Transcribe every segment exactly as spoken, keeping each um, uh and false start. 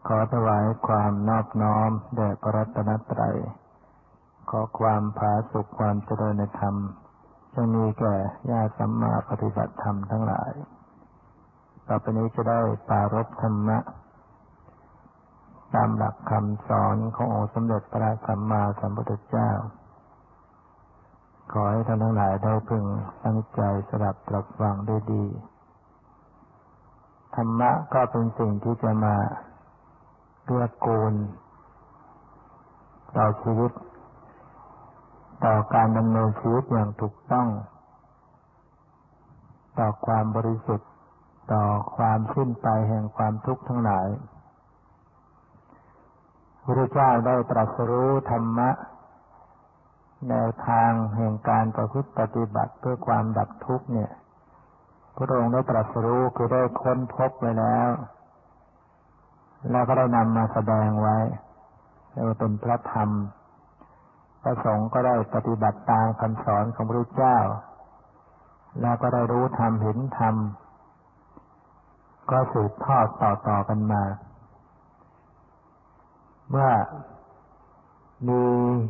ขอถวายความนอบน้อมแด่พระรัตนตรัยขอความผาสุกความเจริญในธรรมจงมีแก่ญาติสัมมาปฏิบัติธรรมทั้งหลายต่อไปนี้จะได้ปรารภธรรมะตามหลักคำสอนขององค์สมเด็จพระสัมมาสัมพุทธเจ้าขอให้ท่านทั้งหลายได้พึงตั้งใจสดับตรับฟังด้วยดีธรรมะก็เป็นสิ่งที่จะมาเกื้อกูลต่อชีวิตต่อการดำเนินชีวิตอย่างถูกต้องต่อความบริสุทธิ์ต่อความสิ้นไปแห่งความทุกข์ทั้งหลายพระพุทธเจ้าได้ตรัสรู้ธรรมะแนวทางแห่งการประพฤติปฏิบัติเพื่อความดับทุกข์เนี่ยพระองค์ได้ตรัสรู้คือได้ค้นพบไว้แล้วแล้วก็ได้นำมาแสดงไว้เรียกว่าเป็นพระธรรมพระสงฆ์ก็ได้ปฏิบัติตามคำสอนของพระพุทธเจ้าแล้วก็ได้รู้ธรรมเห็นธรรมก็สืบทอดต่อๆกันมาเมื่อมี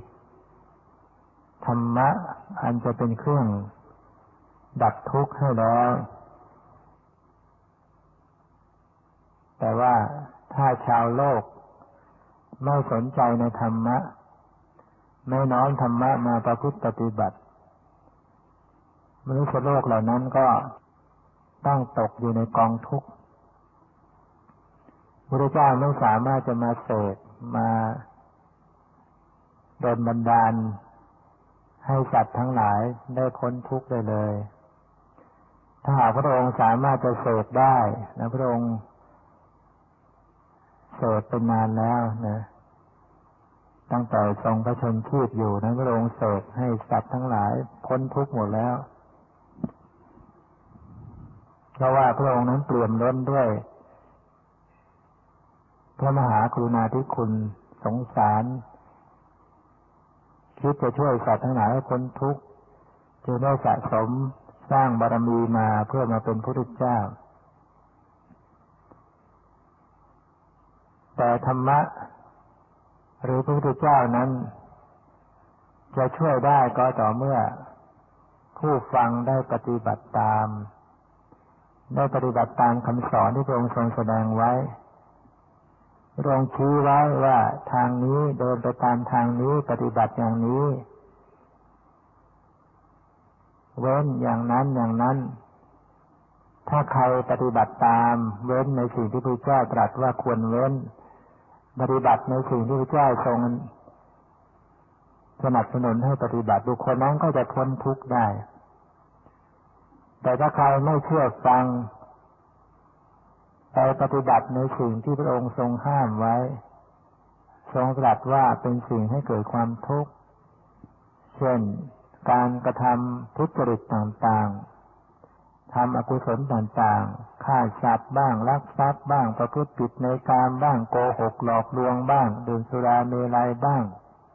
ธรรมะอันจะเป็นเครื่องดับทุกข์ให้แล้วแต่ว่าถ้าชาวโลกไม่สนใจในธรรมะไม่น้อมธรรมะมาประพฤติปฏิบัติมนุษย์โลกเหล่านั้นก็ต้องตกอยู่ในกองทุกข์พระพุทธเจ้าไม่สามารถจะมาเสกมาดลบันดาลให้สัตว์ทั้งหลายได้พ้นทุกข์ได้เลยถ้าหากพระองค์สามารถจะเสกได้นะพระองค์เสกเป็นนานแล้วนะตั้งแต่ทรงพระชนชีพอยู่นั้นพระองค์เสกให้สัตว์ทั้งหลายพ้นทุกข์หมดแล้วเพราะว่าพระองค์นั้นเปี่ยมล้นด้วยพระมหากรุณาธิคุณสงสารคิดจะช่วยสัตว์ทั้งหลายให้พ้นทุกข์จึงได้สะสมสร้างบารมีมาเพื่อมาเป็นพระพุทธเจ้าแต่ธรรมะหรือพระพุทธเจ้านั้นจะช่วยได้ก็ต่อเมื่อผู้ฟังได้ปฏิบัติตามได้ปฏิบัติตามคำสอนที่พระองค์ทรงแสดงไว้พระองค์ชี้ไว้ว่าทางนี้เดินไปตามทางนี้ปฏิบัติอย่างนี้เว้นอย่างนั้นอย่างนั้นถ้าใครปฏิบัติตามเว้นในสิ่งที่พระเจ้าตรัสว่าควรเว้นปฏิบัติในสิ่งที่พระเจ้าทรงสนับสนุนให้ปฏิบัติบุคคลนั้นก็จะพ้นทุกข์ได้แต่ถ้าใครไม่เชื่อฟังไปปฏิบัติในสิ่งที่พระองค์ทรงห้ามไว้ทรงตรัสว่าเป็นสิ่งให้เกิดความทุกข์เช่นการกระทำทุจริตต่างๆทำอกุศลต่างๆฆ่าสัตว์บ้างลักทรัพย์บ้างประพฤติผิดในกามบ้างโกหกหลอกลวงบ้างดื่มสุราเมลัยบ้าง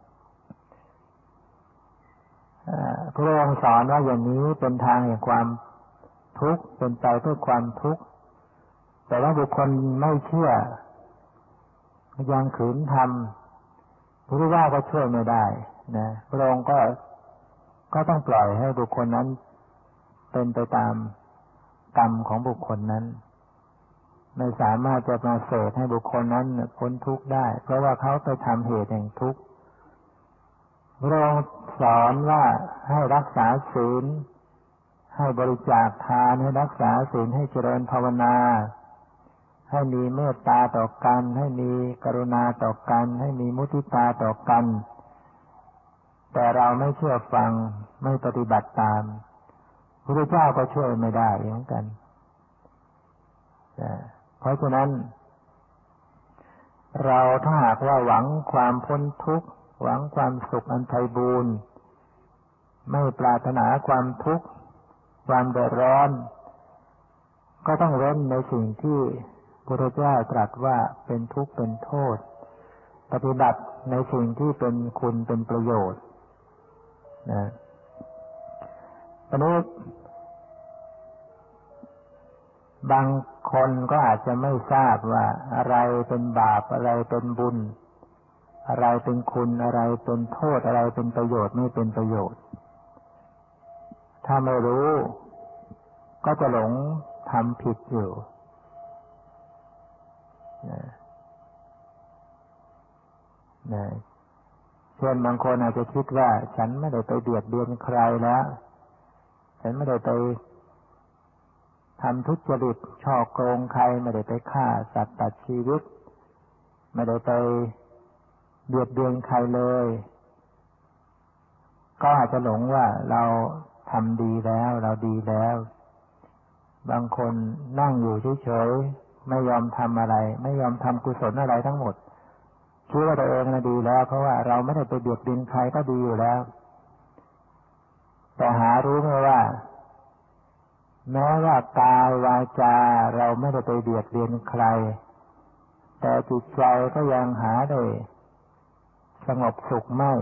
พระองค์สอนว่าอย่างนี้เป็นทางแห่งความทุกข์เป็นไปเพื่อความทุกข์แต่ว่าบุคคลไม่เชื่อยังขืนทำพระพุทธเจ้าก็ช่วยไม่ได้นะพระองค์ก็ก็ต้องปล่อยให้บุคคลนั้นเป็นไปตามกรรมของบุคคลนั้นไม่สามารถจะมาเสกให้บุคคลนั้นพ้นทุกข์ได้เพราะว่าเขาไปทำเหตุแห่งทุกข์พระองค์สอนว่าให้รักษาศีลให้บริจาคทานให้รักษาศีลให้เจริญภาวนาให้มีเมตตาต่อกันให้มีกรุณาต่อกันให้มีมุทิตาต่อกันแต่เราไม่เชื่อฟังไม่ปฏิบัติตามพระพุทธเจ้าก็ช่วยไม่ได้เหมือนกันเพราะฉะนั้นเราถ้าหากว่าหวังความพ้นทุกข์หวังความสุขอันไพบูรณ์ไม่ปรารถนาความทุกข์ความเดือดร้อนก็ต้องเว้นในสิ่งที่พระพุทธเจ้าตรัสว่าเป็นทุกข์เป็นโทษปฏิบัติในสิ่งที่เป็นคุณเป็นประโยชน์นะตอนนี้บางคนก็อาจจะไม่ทราบว่าอะไรเป็นบาปอะไรเป็นบุญอะไรเป็นคุณอะไรเป็นโทษอะไรเป็นประโยชน์ไม่เป็นประโยชน์ถ้าไม่รู้ก็จะหลงทำผิดอยู่นะนะเช่นบางคนอาจจะคิดว่าฉันไม่ได้ไปเบียดเบียนใครแล้วฉันไม่ได้ไปทำทุจริตฉ้อโกงใครไม่ได้ไปฆ่าสัตว์ตัดชีวิตไม่ได้ไปเบียดเบียนใครเลยก็อาจจะหลงว่าเราทำดีแล้วเราดีแล้วบางคนนั่งอยู่เฉยๆไม่ยอมทำอะไรไม่ยอมทำกุศลอะไรทั้งหมดคิดว่าตัวเองน่ะดีแล้วเพราะว่าเราไม่ได้ไปเบียดเบียนใครก็ดีอยู่แล้วแต่หารู้ไหมว่าแม้ว่ากายวาจาเราไม่ได้ไปเบียดเบียนใครแต่จิตใจก็ยังหาได้สงบสุขไม่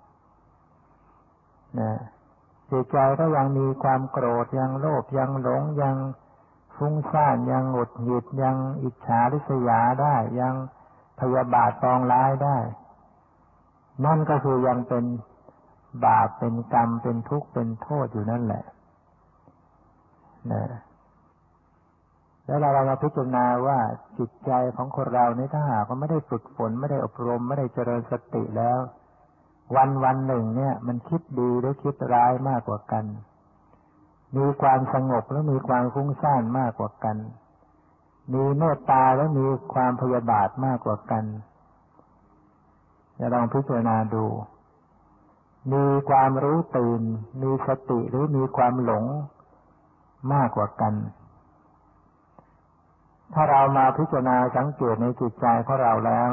นะจิตใจก็ยังมีความโกรธยังโลภยังหลงยังฟุ้งซ่านยังหงุดหงิดยังอิจฉาริษยาได้ยังพยาบาทปองร้ายได้นั่นก็คือยังเป็นบาปเป็นกรรมเป็นทุกข์เป็นโทษอยู่นั่นแหละนะแล้วเราเราพิจารณาว่าจิตใจของคนเรานี้ถ้าหากว่าไม่ได้ฝึกฝนไม่ได้อบรมไม่ได้เจริญสติแล้ววันวันหนึ่งเนี่ยมันคิดดีหรือคิดร้ายมากกว่ากันมีความสงบหรือมีความฟุ้งซ่านมากกว่ากันมีเมตตาหรือมีความพยาบาทมากกว่ากันจะลองพิจารณาดูมีความรู้ตื่นมีสติหรือมีความหลงมากกว่ากันถ้าเรามาพิจารณาสังเกตในจิตใจของเราแล้ว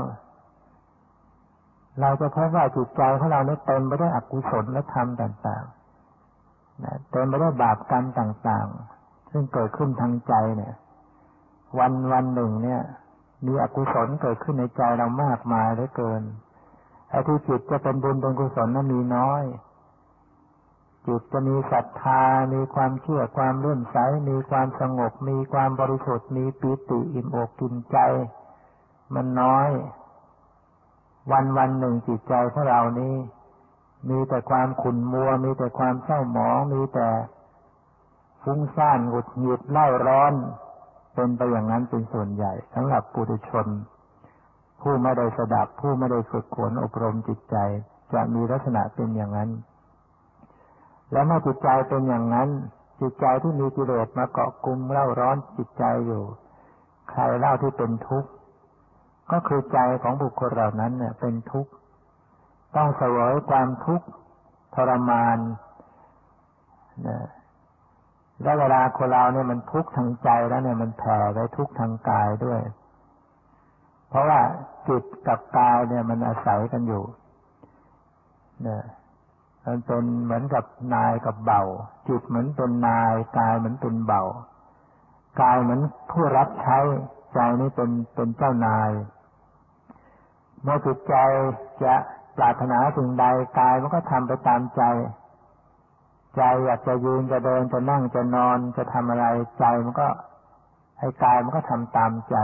เราจะพบว่าจิตใจของเราเนี่ยเต็มไปด้วยอกุศลและธรรมต่างๆนะเต็มไปด้วยบาปกรรมต่างๆซึ่งเกิดขึ้นทางใจเนี่ยวันวันหนึ่งเนี่ยมีอกุศลเกิดขึ้นในใจเรามากมายเหลือเกินไอ้ที่จิตจะเป็นบุญเป็นกุศลนั้นมีน้อยจิตจะมีศรัทธามีความเชื่อความเลื่อมใสมีความสงบมีความบริสุทธิ์มีปีติอิ่มอกอิ่มใจมันน้อยวันวันหนึ่งจิตใจของเรานี้มีแต่ความขุ่นมัวมีแต่ความเศร้าหมองมีแต่ฟุ้งซ่านหงุดหงิดเล่าร้อนเป็นไปอย่างนั้นเป็นส่วนใหญ่สำหรับปุถุชนผู้ไม่ได้สดับผู้ไม่ได้ฝึกฝนอบรมจิตใจจะมีลักษณะเป็นอย่างนั้นแล้วเมื่อจิตใจเป็นอย่างนั้นจิตใจที่มีกิเลสมาเกาะกุมเล่าร้อนจิตใจอยู่ใครเล่าที่เป็นทุกข์ก็คือใจของบุคคลเหล่านั้นเนี่ยเป็นทุกข์ต้องเสวยความทุกข์ทรมานนะแล้วเวลาคนเราเนี่ยมันทุกข์ทางใจแล้วเนี่ยมันแผ่ไปทุกข์ทางกายด้วยเพราะว่าจิตกับกายเนี่ยมันอาศัยกันอยู่นะมันเป็นเหมือนกับนายกับเบาจิตเหมือนเป็นนายกายเหมือนเป็นเบากายเหมือนผู้รับใช้ใจนี่เป็นเป็นเจ้านายเมื่อจิตใจจะปรารถนาสิ่งใดกายมันก็ทำไปตามใจใจอยากจะยืนจะเดินจะนั่งจะนอนจะทำอะไรใจมันก็ให้กายมันก็ทำตามใจ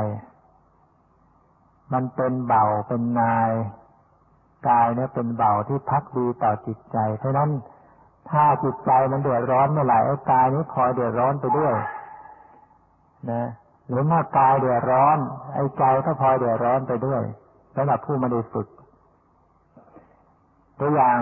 มันเป็นเบาเป็นนายกายเนี่ยเป็นเบาที่พักดีต่อจิตใจเพราะนั้นถ้าจิตใจมันเดือดร้อนเมื่อไหร่ไอ้กายนี้พลอยเดือดร้อนไปด้วยนะหรือเมื่อกายเดือดร้อนไอ้ใจก็พลอยเดือดร้อนไปด้วยสำหรับผู้ไม่ได้ฝึกตัวอย่าง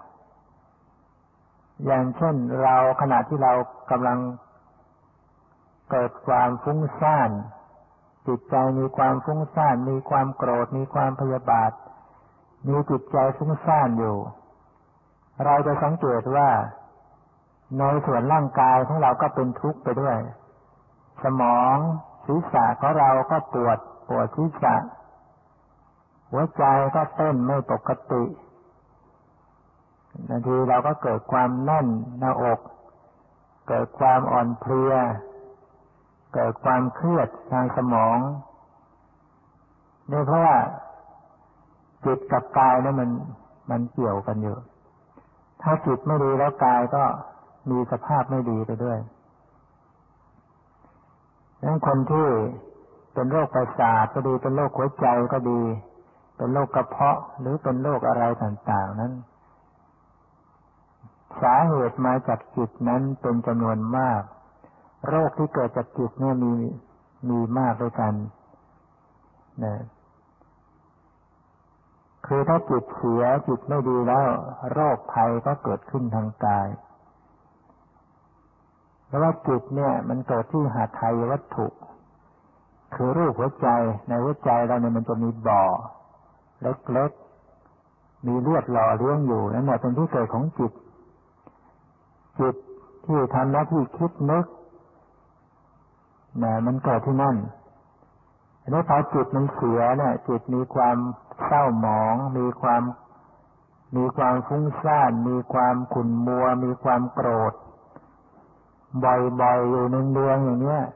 อย่างเช่นเราขณะที่เรากำลังเกิดความฟุ้งซ่านจิตใจมีความฟุ้งซ่านมีความโกรธมีความพยาบาทมีจิตใจฟุ้งซ่านอยู่เราจะสังเกตว่าในส่วนร่างกายของเราก็เป็นทุกข์ไปด้วยสมองศีรษะของเราก็ปวดปวดศีรษะหัวใจก็เต้นไม่ปกติบางทีเราก็เกิดความแน่นหน้าอกเกิดความอ่อนเพลียเกิดความเครียดทางสมองนี่เพราะว่าจิตกับกายนั้นมันมันเกี่ยวกันอยู่ถ้าจิตไม่ดีแล้วกายก็มีสภาพไม่ดีไปด้วยดังนั้นคนที่เป็นโรคประสาทก็ดีเป็นโรคหัวใจก็ดีเป็นโรคกระเพาะหรือเป็นโรคอะไรต่างๆนั้นสาเหตุมาจากจิตนั้นเป็นจำนวนมากโรคที่เกิดจากจิตเนี่ยมีมีมากด้วยกันนะคือถ้าจิตเสียจิตไม่ดีแล้วโรคภัยก็เกิดขึ้นทางกายเพราะว่าจิตเนี่ยมันเกิดที่หาไทยวัตถุคือรูปหัวใจในหัวใจเราเนี่ยมันจะมีบ่อเล็กๆมีเลือดหล่อเลี้ยงอยู่นั่นแหละเป็นที่เกิดของจิตจิตที่ทำหน้าที่คิดนึกนะมันเกิดที่นั่นแล้วพอจิตมันเสียเนี่ยจิตมีความเศร้าหมองมีความมีความฟุ้งซ่านมีความขุ่นมัวมีความโกรธบ่อยๆอยู่เนืองๆอย่างเนี้ย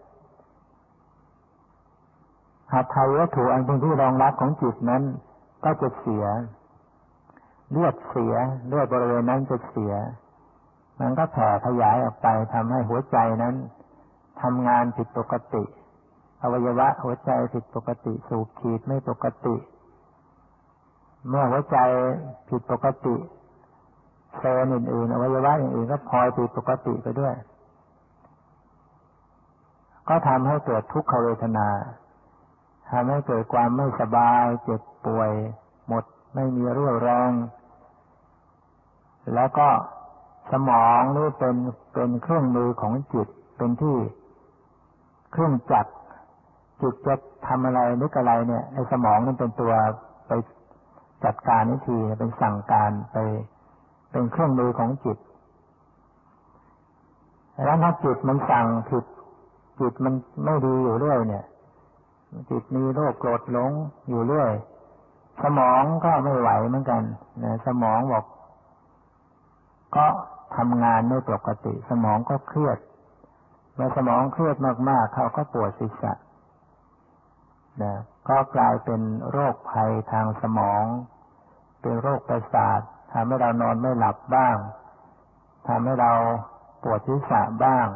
หาไทยวัตถุอันเป็นที่รองรับของจิตนั้นก็จะเสียเลือดเสียเลือดบริเวณนั้นจะเสียมันก็แผ่ขยายออกไปทำให้หัวใจนั้นทำงานผิดปกติอวัยวะหัวใจผิดปกติสูบฉีดไม่ปกติเมื่อหัวใจผิดปกติเซลล์อื่นๆอวัยวะอย่างอื่นก็พลอยผิดปกติไปด้วยก็ทำให้เกิดทุกขเวทนาทำให้เกิดความไม่สบายเจ็บป่วยหมดไม่มีเรี่ยวแรงแล้วก็สมองนี่เป็นเป็นเครื่องมือของจิตเป็นที่เครื่องจักรจิตจะทำอะไรนึกอะไรเนี่ยไอ้สมองนั่นเป็นตัวไปจัดการนิทีเป็นสั่งการไปเป็นเครื่องมือของจิตแล้วถ้าจิตมันสั่งผิดจิตมันไม่ดีอยู่เรื่อยเนี่ยจิตมีโรคโกรธหลงอยู่เรื่อยสมองก็ไม่ไหวเหมือนกันนะสมองบอกก็ทำงานไม่ปกติสมองก็เครียดเมื่อสมองเครียดมากๆเขาก็ปวดศีรษะนะก็กลายเป็นโรคภัยทางสมองเป็นโรคประสาททำให้เรานอนไม่หลับบ้างทำให้เราปวดศีรษะบ้าง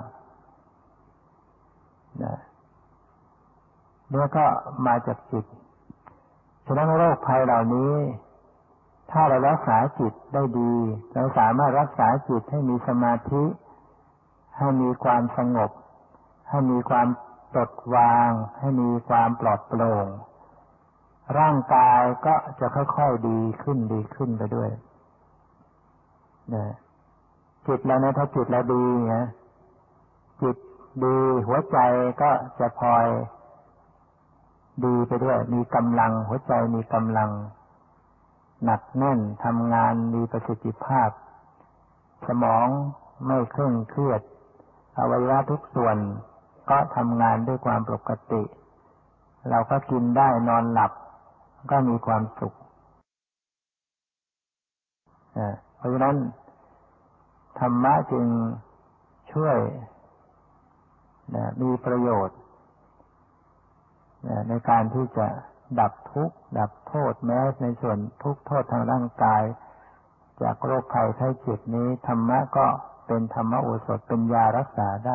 นะเนี่ยก็มาจากจิตฉะนั้นโรคภัยเหล่านี้ถ้าเรารักษาจิตได้ดีเราสามารถรักษาจิตให้มีสมาธิให้มีความสงบให้มีความปลดวางให้มีความปลอดโปร่งร่างกายก็จะค่อยๆดีขึ้นดีขึ้นไปด้วยนะจิตเราเนี่ยถ้าจิตเราดีนะจิตดีหัวใจก็จะพลอยดีไปด้วยมีกำลังหัวใจมีกำลังหนักแน่นทำงานมีประสิทธิภาพสมองไม่เคร่งเครียดอวัยวะทุกส่วนก็ทำงานด้วยความปกติเราก็กินได้นอนหลับก็มีความสุขเพราะฉะนั้นธรรมะจึงช่วยมีประโยชน์ในการที่จะดับทุกข์ดับโทษแม้ในส่วนทุกข์โทษทางร่างกายจากโรคภัยไข้เจ็บนี้ธรรมะก็เป็นธรรมโอสถเป็นยารักษาได้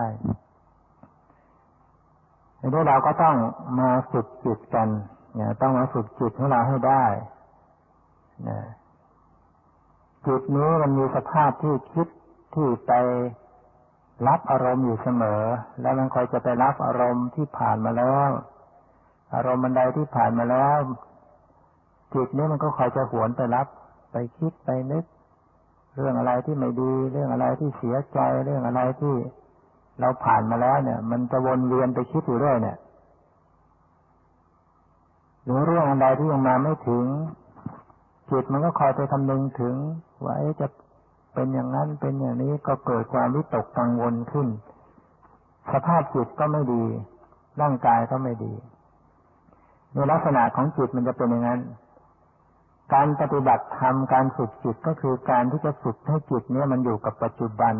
ดังนั้นเราก็ต้องมาฝึกจิตกันเนี่ยต้องมาฝึกจิตของเราให้ได้นะจิตนี้มันมีสภาพที่คิดที่ไปรับอารมณ์อยู่เสมอแล้วมันคอยจะไปรับอารมณ์ที่ผ่านมาแล้วอารมณ์ใดที่ผ่านมาแล้วจิตนี้มันก็คอยจะหวนไปรับไปคิดไปนึกเรื่องอะไรที่ไม่ดีเรื่องอะไรที่เสียใจเรื่องอะไรที่เราผ่านมาแล้วเนี่ยมันจะวนเวียนไปคิดอยู่เรื่อยเนี่ยหรือเรื่องอะไรที่ยังมาไม่ถึงจิตมันก็คอยไปคำนึงถึงว่าจะเป็นอย่างนั้นเป็นอย่างนี้ก็เกิดความวิตกกังวลขึ้นสภาพจิตก็ไม่ดีร่างกายก็ไม่ดีในลักษณะของจิตมันจะเป็นอย่างนั้นการปฏิบัติธรรมการฝึกจิตก็คือการที่จะฝึกให้จิตนี้มันอยู่กับปัจจุบัน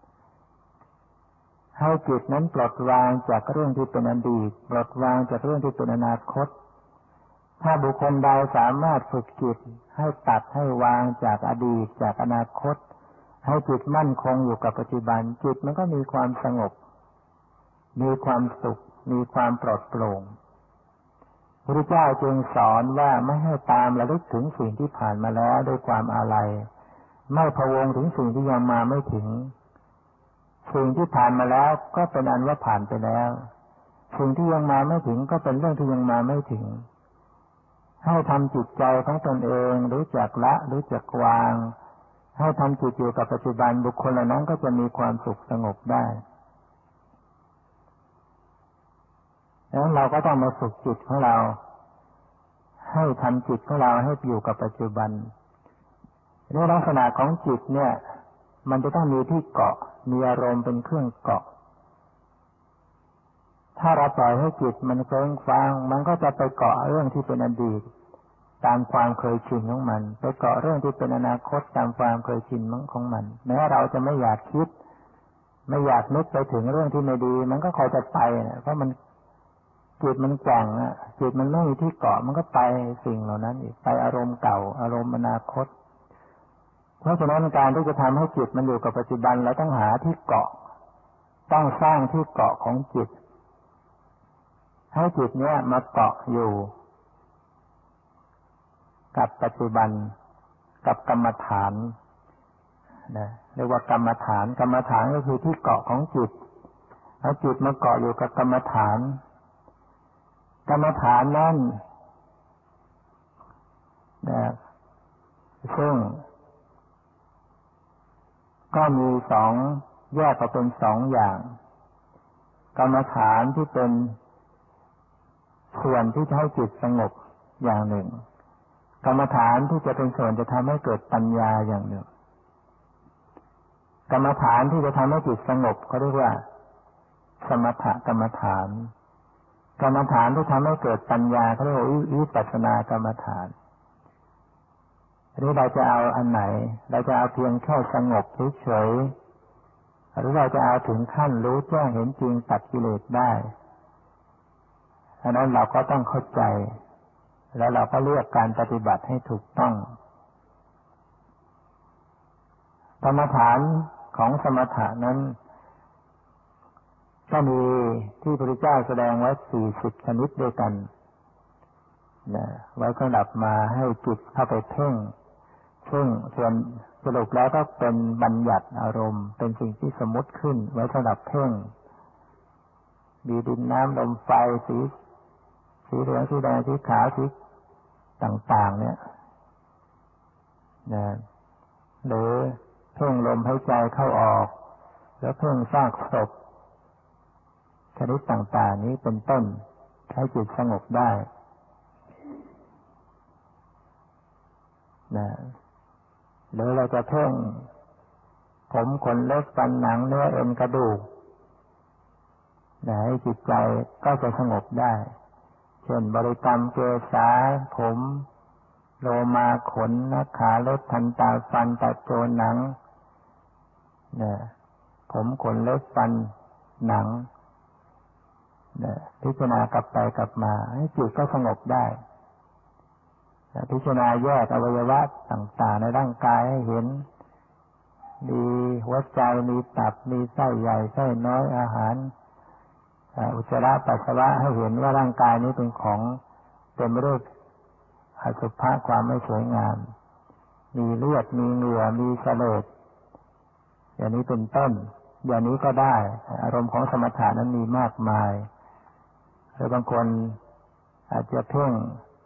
ให้จิตนั้นปลดวางจากเรื่องที่เป็นอดีตปลดวางจากเรื่องที่เป็นอนาคตถ้าบุคคลใดสามารถฝึกจิตให้ตัดให้วางจากอดีตจากอนาคตให้จิตมั่นคงอยู่กับปัจจุบันจิตมันก็มีความสงบมีความสุขมีความปลอดโปร่งพระพุทธเจ้าจึงสอนว่าไม่ให้ตามระลึกถึงสิ่งที่ผ่านมาแล้วด้วยความอาลัยไม่พะวงถึงสิ่งที่ยังมาไม่ถึงสิ่งที่ผ่านมาแล้วก็เป็นอันว่าผ่านไปแล้วสิ่งที่ยังมาไม่ถึงก็เป็นเรื่องที่ยังมาไม่ถึงให้ทำจิตใจของตนเองรู้จักละรู้จักวางให้ทำจิตอยู่กับปัจจุบันบุคคลเหล่านั้นก็จะมีความสุขสงบได้ดังนั้นเราก็ต้องมาฝึกจิตของเราให้ทำจิตของเราให้อยู่กับปัจจุบันในลักษณะของจิตเนี่ยมันจะต้องมีที่เกาะมีอารมณ์เป็นเครื่องเกาะถ้าเราปล่อยให้จิตมันเฟ้งฟ้างมันก็จะไปเกาะเรื่องที่เป็นอดีตตามความเคยชินของมันไปเกาะเรื่องที่เป็นอนาคตตามความเคยชินของมันแม้เราจะไม่อยากคิดไม่อยากนึกไปถึงเรื่องที่ไม่ดีมันก็คอยจะไปเพราะมันจิตมันแกว่งอ่ะจิตมันไม่มีที่เกาะมันก็ไปสิ่งเหล่านั้นอีกไปอารมณ์เก่าอารมณ์อนาคตเพราะฉะนั้นการที่จะทำให้จิตมันอยู่กับปัจจุบันเราต้องหาที่เกาะต้องสร้างที่เกาะของจิตให้จิตเนี้ยมาเกาะอยู่กับปัจจุบันกับกรรมฐานนะเรียกว่ากรรมฐานกรรมฐานก็คือที่เกาะของจิตเอาจิตมาเกาะอยู่กับกรรมฐานกรรมฐานนั้นนะซึ่งก็มีสองแยกออกเป็นสองอย่างกรรมฐานที่เป็นส่วนที่จะให้จิตสงบอย่างหนึ่งกรรมฐานที่จะเป็นส่วนจะทำให้เกิดปัญญาอย่างหนึ่งกรรมฐานที่จะทำให้จิตสงบเขาเรียกว่าสมถกรรมฐานกรรมฐานที่ทำให้เกิดปัญญาเขาเรียกว่าวิปัสสนากรรมฐานหรือเราจะเอาอันไหนเราจะเอาเพียงแค่สงบเฉยๆหรือเราจะเอาถึงขั้นรู้แจ้งเห็นจริงตัดกิเลสได้อันนั้นเราก็ต้องเข้าใจแล้วเราก็เลือกการปฏิบัติให้ถูกต้องกรรมฐานของสมถะนั้นก็มีที่พระพุทธเจ้าแสดงไว้สี่สิบชนิดด้วยกันนะไว้สำหรับมาให้จิตเข้าไปเพ่งซึ่งส่วนสรุปแล้วก็เป็นบัญญัติอารมณ์เป็นสิ่งที่สมมติขึ้นไว้สำหรับเพ่งมีดินน้ำลมไฟสีสีเหลืองสีแดงสีขาวสีต่างๆเนี่ยนะหรือเพ่งลมหายใจเข้าออกแล้วเพ่งซากศพชนิดต่างๆนี้เป็นต้นให้จิตสงบได้นะหรือเราจะเพ่งผมขนเล็บฟันหนังเนื้อเอ็นกระดูกนะให้จิตใจก็จะสงบได้เช่นบริกรรมเกสาผมโลมาขนนักขาเล็บทันตาฟันตะโจหนังนะผมขนเล็บฟันหนังนะพิจารณากลับไปกลับมาให้จิตก็สงบได้พิจารณาแยกอวัยวะต่างๆในร่างกายให้เห็นมีหัวใจมีตับมีไส้ใหญ่ไส้น้อยอาหารอุจจาระปัสสาวะให้เห็นว่าร่างกายนี้เป็นของเต็มไปด้วยอสุภะความไม่สวยงามมีเลือดมีเหงื่อมีเสลดอย่างนี้เป็นต้นอย่างนี้ก็ได้อารมณ์ของสมถะนั้นมีมากมายหรือบางคนอาจจะเพ่ง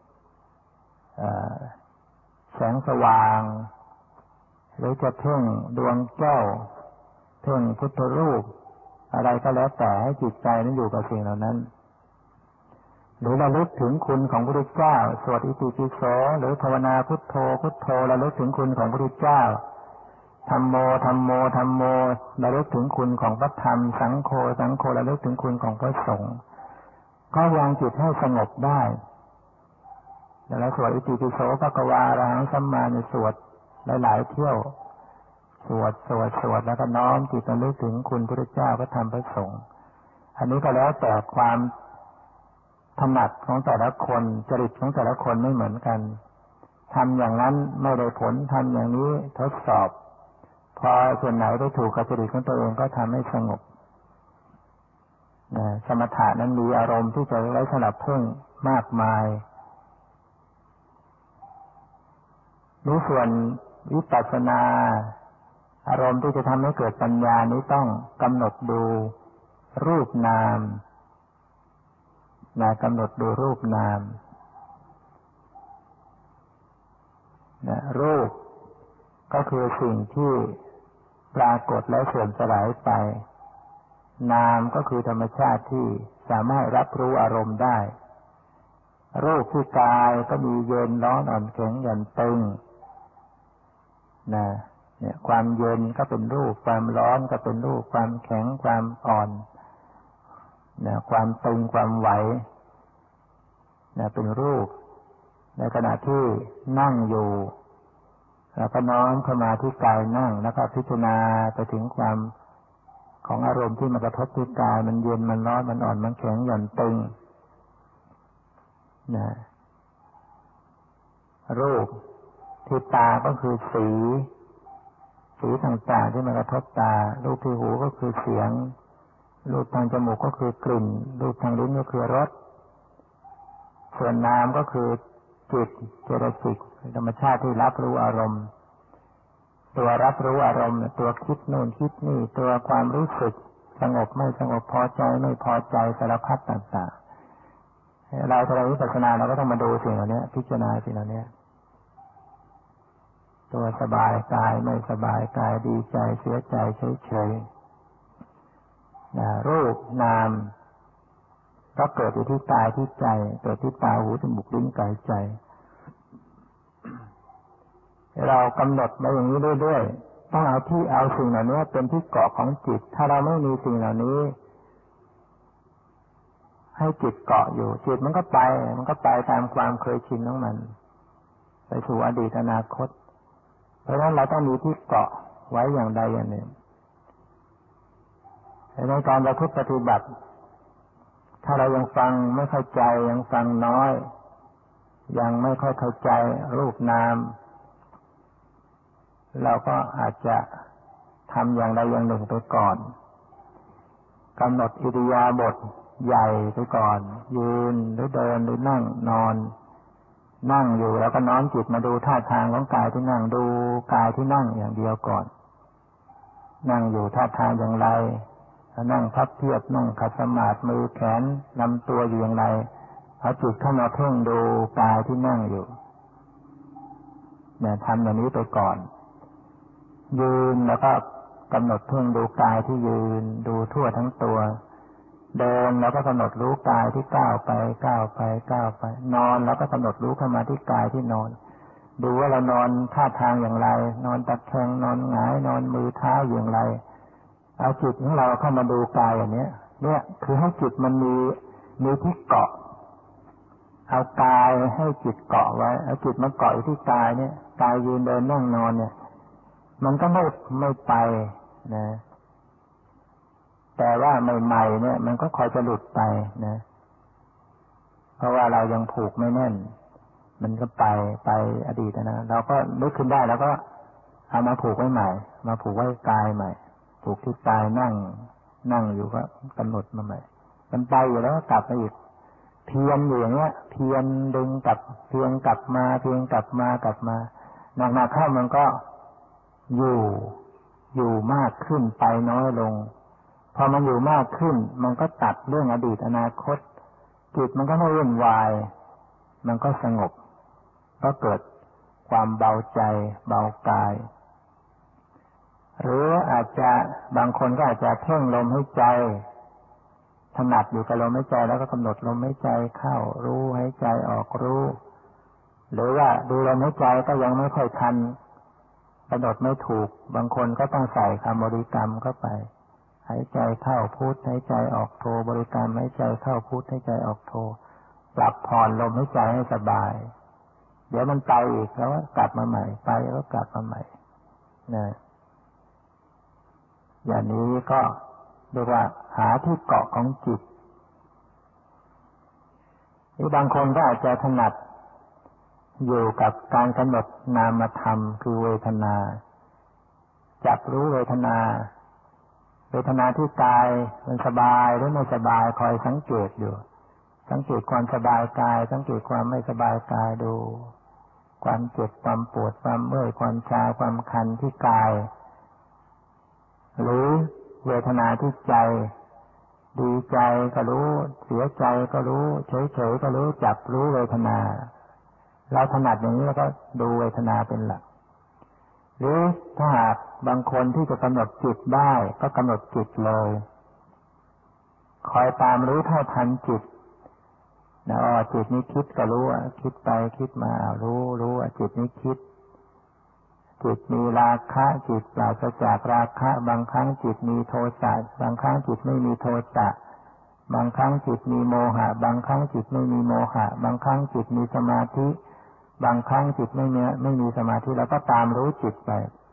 แสงสว่างหรือจะเพ่งดวงแก้วเพ่งพุทธรูปอะไรก็แล้วแต่ให้จิตใจนั้นอยู่กับสิ่งเหล่านั้นหรือระลึกถึงคุณของพระพุทธเจ้าสวดอิติปิโสหรือภาวนาพุทโธพุทโธระลึกถึงคุณของพระพุทธเจ้าธัมโมธัมโมธัมโมระลึกถึงคุณของพระธรรมสังโฆสังโฆระลึกถึงคุณของพระสงฆ์ก็ยังจิตให้สงบได้แล้วสวดอิติปิโสภควาอรหังสัมมาในสวดหลายๆเที่ยวสวดสวดสวดแล้วก็น้อมจิตระลึกถึงคุณพระพุทธเจ้าพระธรรมพระสงฆ์อันนี้ก็แล้วแต่ความถนัดของแต่ละคนจริตของแต่ละคนไม่เหมือนกันทำอย่างนั้นไม่ได้ผลทำอย่างนี้ทดสอบพอส่วนไหนได้ถูกกับจริตของตัวเองก็ทำให้สงบนะสมถะนั้นมีอารมณ์ที่จะไว้สำหรับเพ่งมากมายนี้ส่วนวิปัสสนาอารมณ์ที่จะทำให้เกิดปัญญานี้ต้องกำหนดดูรูปนามนะกำหนดดูรูปนามนะรูปก็คือสิ่งที่ปรากฏและเสื่อมสลายไปนามก็คือธรรมชาติที่สามารถรับรู้อารมณ์ได้รูปที่กายก็มีเย็นร้อนอ่อนแข็งหย่อนตึงนะเนี่ยความเย็นก็เป็นรูปความร้อนก็เป็นรูปความแข็งความอ่อนนะความตึงความไหวนะเป็นรูปในขณะที่นั่งอยู่แล้วก็น้อมเข้ามาที่กายนั่งแล้วก็พิจารณาไปถึงความของอารมณ์ที่มากระทบที่กายมันเย็นมันร้อนมันอ่อนมันแข็งหย่อนตึงนะรูปที่ตาก็คือสีสีต่างๆที่มากระทบตารูปที่หูก็คือเสียงรูปทางจมูกก็คือกลิ่นรูปทางลิ้นก็คือรสส่วนนามก็คือจิตเจตสิกธรรมชาติที่รับรู้อารมณ์ตัวรับรู้อารมณ์ตัวคิดโน่นคิดนี่ตัวความรู้สึกสงบไม่สงบพอใจไม่พอใจสารพัดต่างๆเราถ้าเราวิปัสสนาเราก็ต้องมาดูสิ่งเหล่านี้พิจารณาสิ่งเหล่านี้ตัวสบายกายไม่สบายกายดีใจเสียใจเฉยๆนะรูปนามก็เกิดอยู่ที่กายที่ใจเกิดที่ตาหูจมูกลิ้นกายใจเรากำหนดมาอย่างนี้เรื่อยๆต้องเอาที่เอาสิ่งเหล่านี้เป็นที่เกาะของจิตถ้าเราไม่มีสิ่งเหล่านี้ให้จิตเกาะอยู่จิตมันก็ไปมันก็ไปตามความเคยชินของมันไปสู่อดีตอนาคตเพราะฉะนั้นเราต้องมีที่เกาะไว้อย่างใดอย่างหนึ่งในการประพฤติปฏิบัติถ้าเรายังฟังไม่เข้าใจยังฟังน้อยยังไม่ค่อยเข้าใจรูปนามเราก็อาจจะทำอย่างใดอย่างหนึ่งไปก่อนกำหนดอิริยาบถใหญ่ไปก่อนยืนหรือเดินหรือนั่งนอนนั่งอยู่แล้วก็น้อมจิตมาดูท่าทางของกายที่นั่งดูกายที่นั่งอย่างเดียวก่อนนั่งอยู่ท่าทางอย่างไรนั่งพับเพียบนั่งขัดสมาธิมือแขนลำตัวอยู่อย่างไรเอาจิตเข้ามาเพ่งดูกายที่นั่งอยู่เนี่ยทำอย่างนี้ไปก่อนยืนแล้วก็กำหนดเพ่งดูกายที่ยืนดูทั่วทั้งตัวเดินแล้วก็กำหนดรู้กายที่ก้าวไปก้าวไปก้าวไปนอนแล้วก็กำหนดรู้เข้ามาที่กายที่นอนดูว่าเรานอนท่าทางอย่างไรนอนตะแคงนอนหงายนอนมือเท้าอย่างไรเอาจิตของเราเข้ามาดูกายอย่างนี้เนี่ยคือให้จิตมันมีมีที่เกาะเอากายให้จิตเกาะไว้เอาจิตมาเกาะอยู่ที่กายเนี่ยกายยืนเดินนั่งนอนเนี่ยมันก็ไม่ไม่ไปนะแต่ว่าใหม่ๆเนี่ยมันก็คอยจะหลุดไปนะเพราะว่าเรายังผูกไม่แน่นมันก็ไปไปอดีตนะเราก็นึกขึ้นได้แล้วก็เอามาผูกไว้ใหม่มาผูกไว้กายใหม่ผูกที่กายนั่งนั่งอยู่ก็กำหนดมาใหม่มันไปอยู่แล้วก็กลับมาอีกเพียรอยู่อย่างเงี้ยเพียรดึงกลับเพียรกลับมาเพียรกลับมากลับมาหนักๆเข้ามันก็อยู่อยู่มากขึ้นไปน้อยลงพอมันอยู่มากขึ้นมันก็ตัดเรื่องอดีตอนาคตจิตมันก็ไม่วุ่นวายมันก็สงบก็เกิดความเบาใจเบากายหรืออาจจะบางคนก็อาจจะเพ่งลมหายใจถนัดอยู่กับลมหายใจแล้วก็กำหนดลมหายใจเข้ารู้หายใจออกรู้หรือว่าดูลมหายใจก็ยังไม่ค่อยทันกำหนดไม่ถูกบางคนก็ต้องใส่คำบริกรรมเข้าไปหายใจเข้าพุทหายใจออกโทบริกรรมหายใจเข้าพุทหายใจออกโทปรับผ่อนลมหายใจให้สบายเดี๋ยวมันไปอีกแล้วกลับมาใหม่ไปแล้วกลับมาใหม่นะอย่างนี้ก็เรียกว่าหาที่เกาะของจิตหรือบางคนก็อาจจะถนัดอยู่กับการกำหนดนามธรรมคือเวทนาจับรู้เวทนาเวทนาที่กายมันสบายหรือไม่สบายคอยสังเกตอยู่สังเกตความสบายกายสังเกตความไม่สบายกายดูความเจ็บความปวดความเมื่อยความชาความคันที่กายหรือเวทนาที่ใจดีใจก็รู้เสียใจก็รู้เฉยๆก็รู้จับรู้เวทนาเราถนัดอย่างนี้แล้วก็ดูเวทนาเป็นหลักหรือถ้าหากบางคนที่จะกำหนดจิตได้ก็กำหนดจิตเลยคอยตามรู้เท่าทันจิตนะอ๋อจิตนี้คิดก็รู้อ่ะคิดไปคิดมารู้รู้ว่าจิตนี้คิดจิตมีราคะจิตปราศจากราคะบางครั้งจิตมีโทสะบางครั้งจิตไม่มีโทสะบางครั้งจิตมีโมหะบางครั้งจิตไม่มีโมหะบางครั้งจิตมีสมาธิบางครั้งจิตไม่มีไม่มีสมาธิแล้วก็ตามรู้จิตไป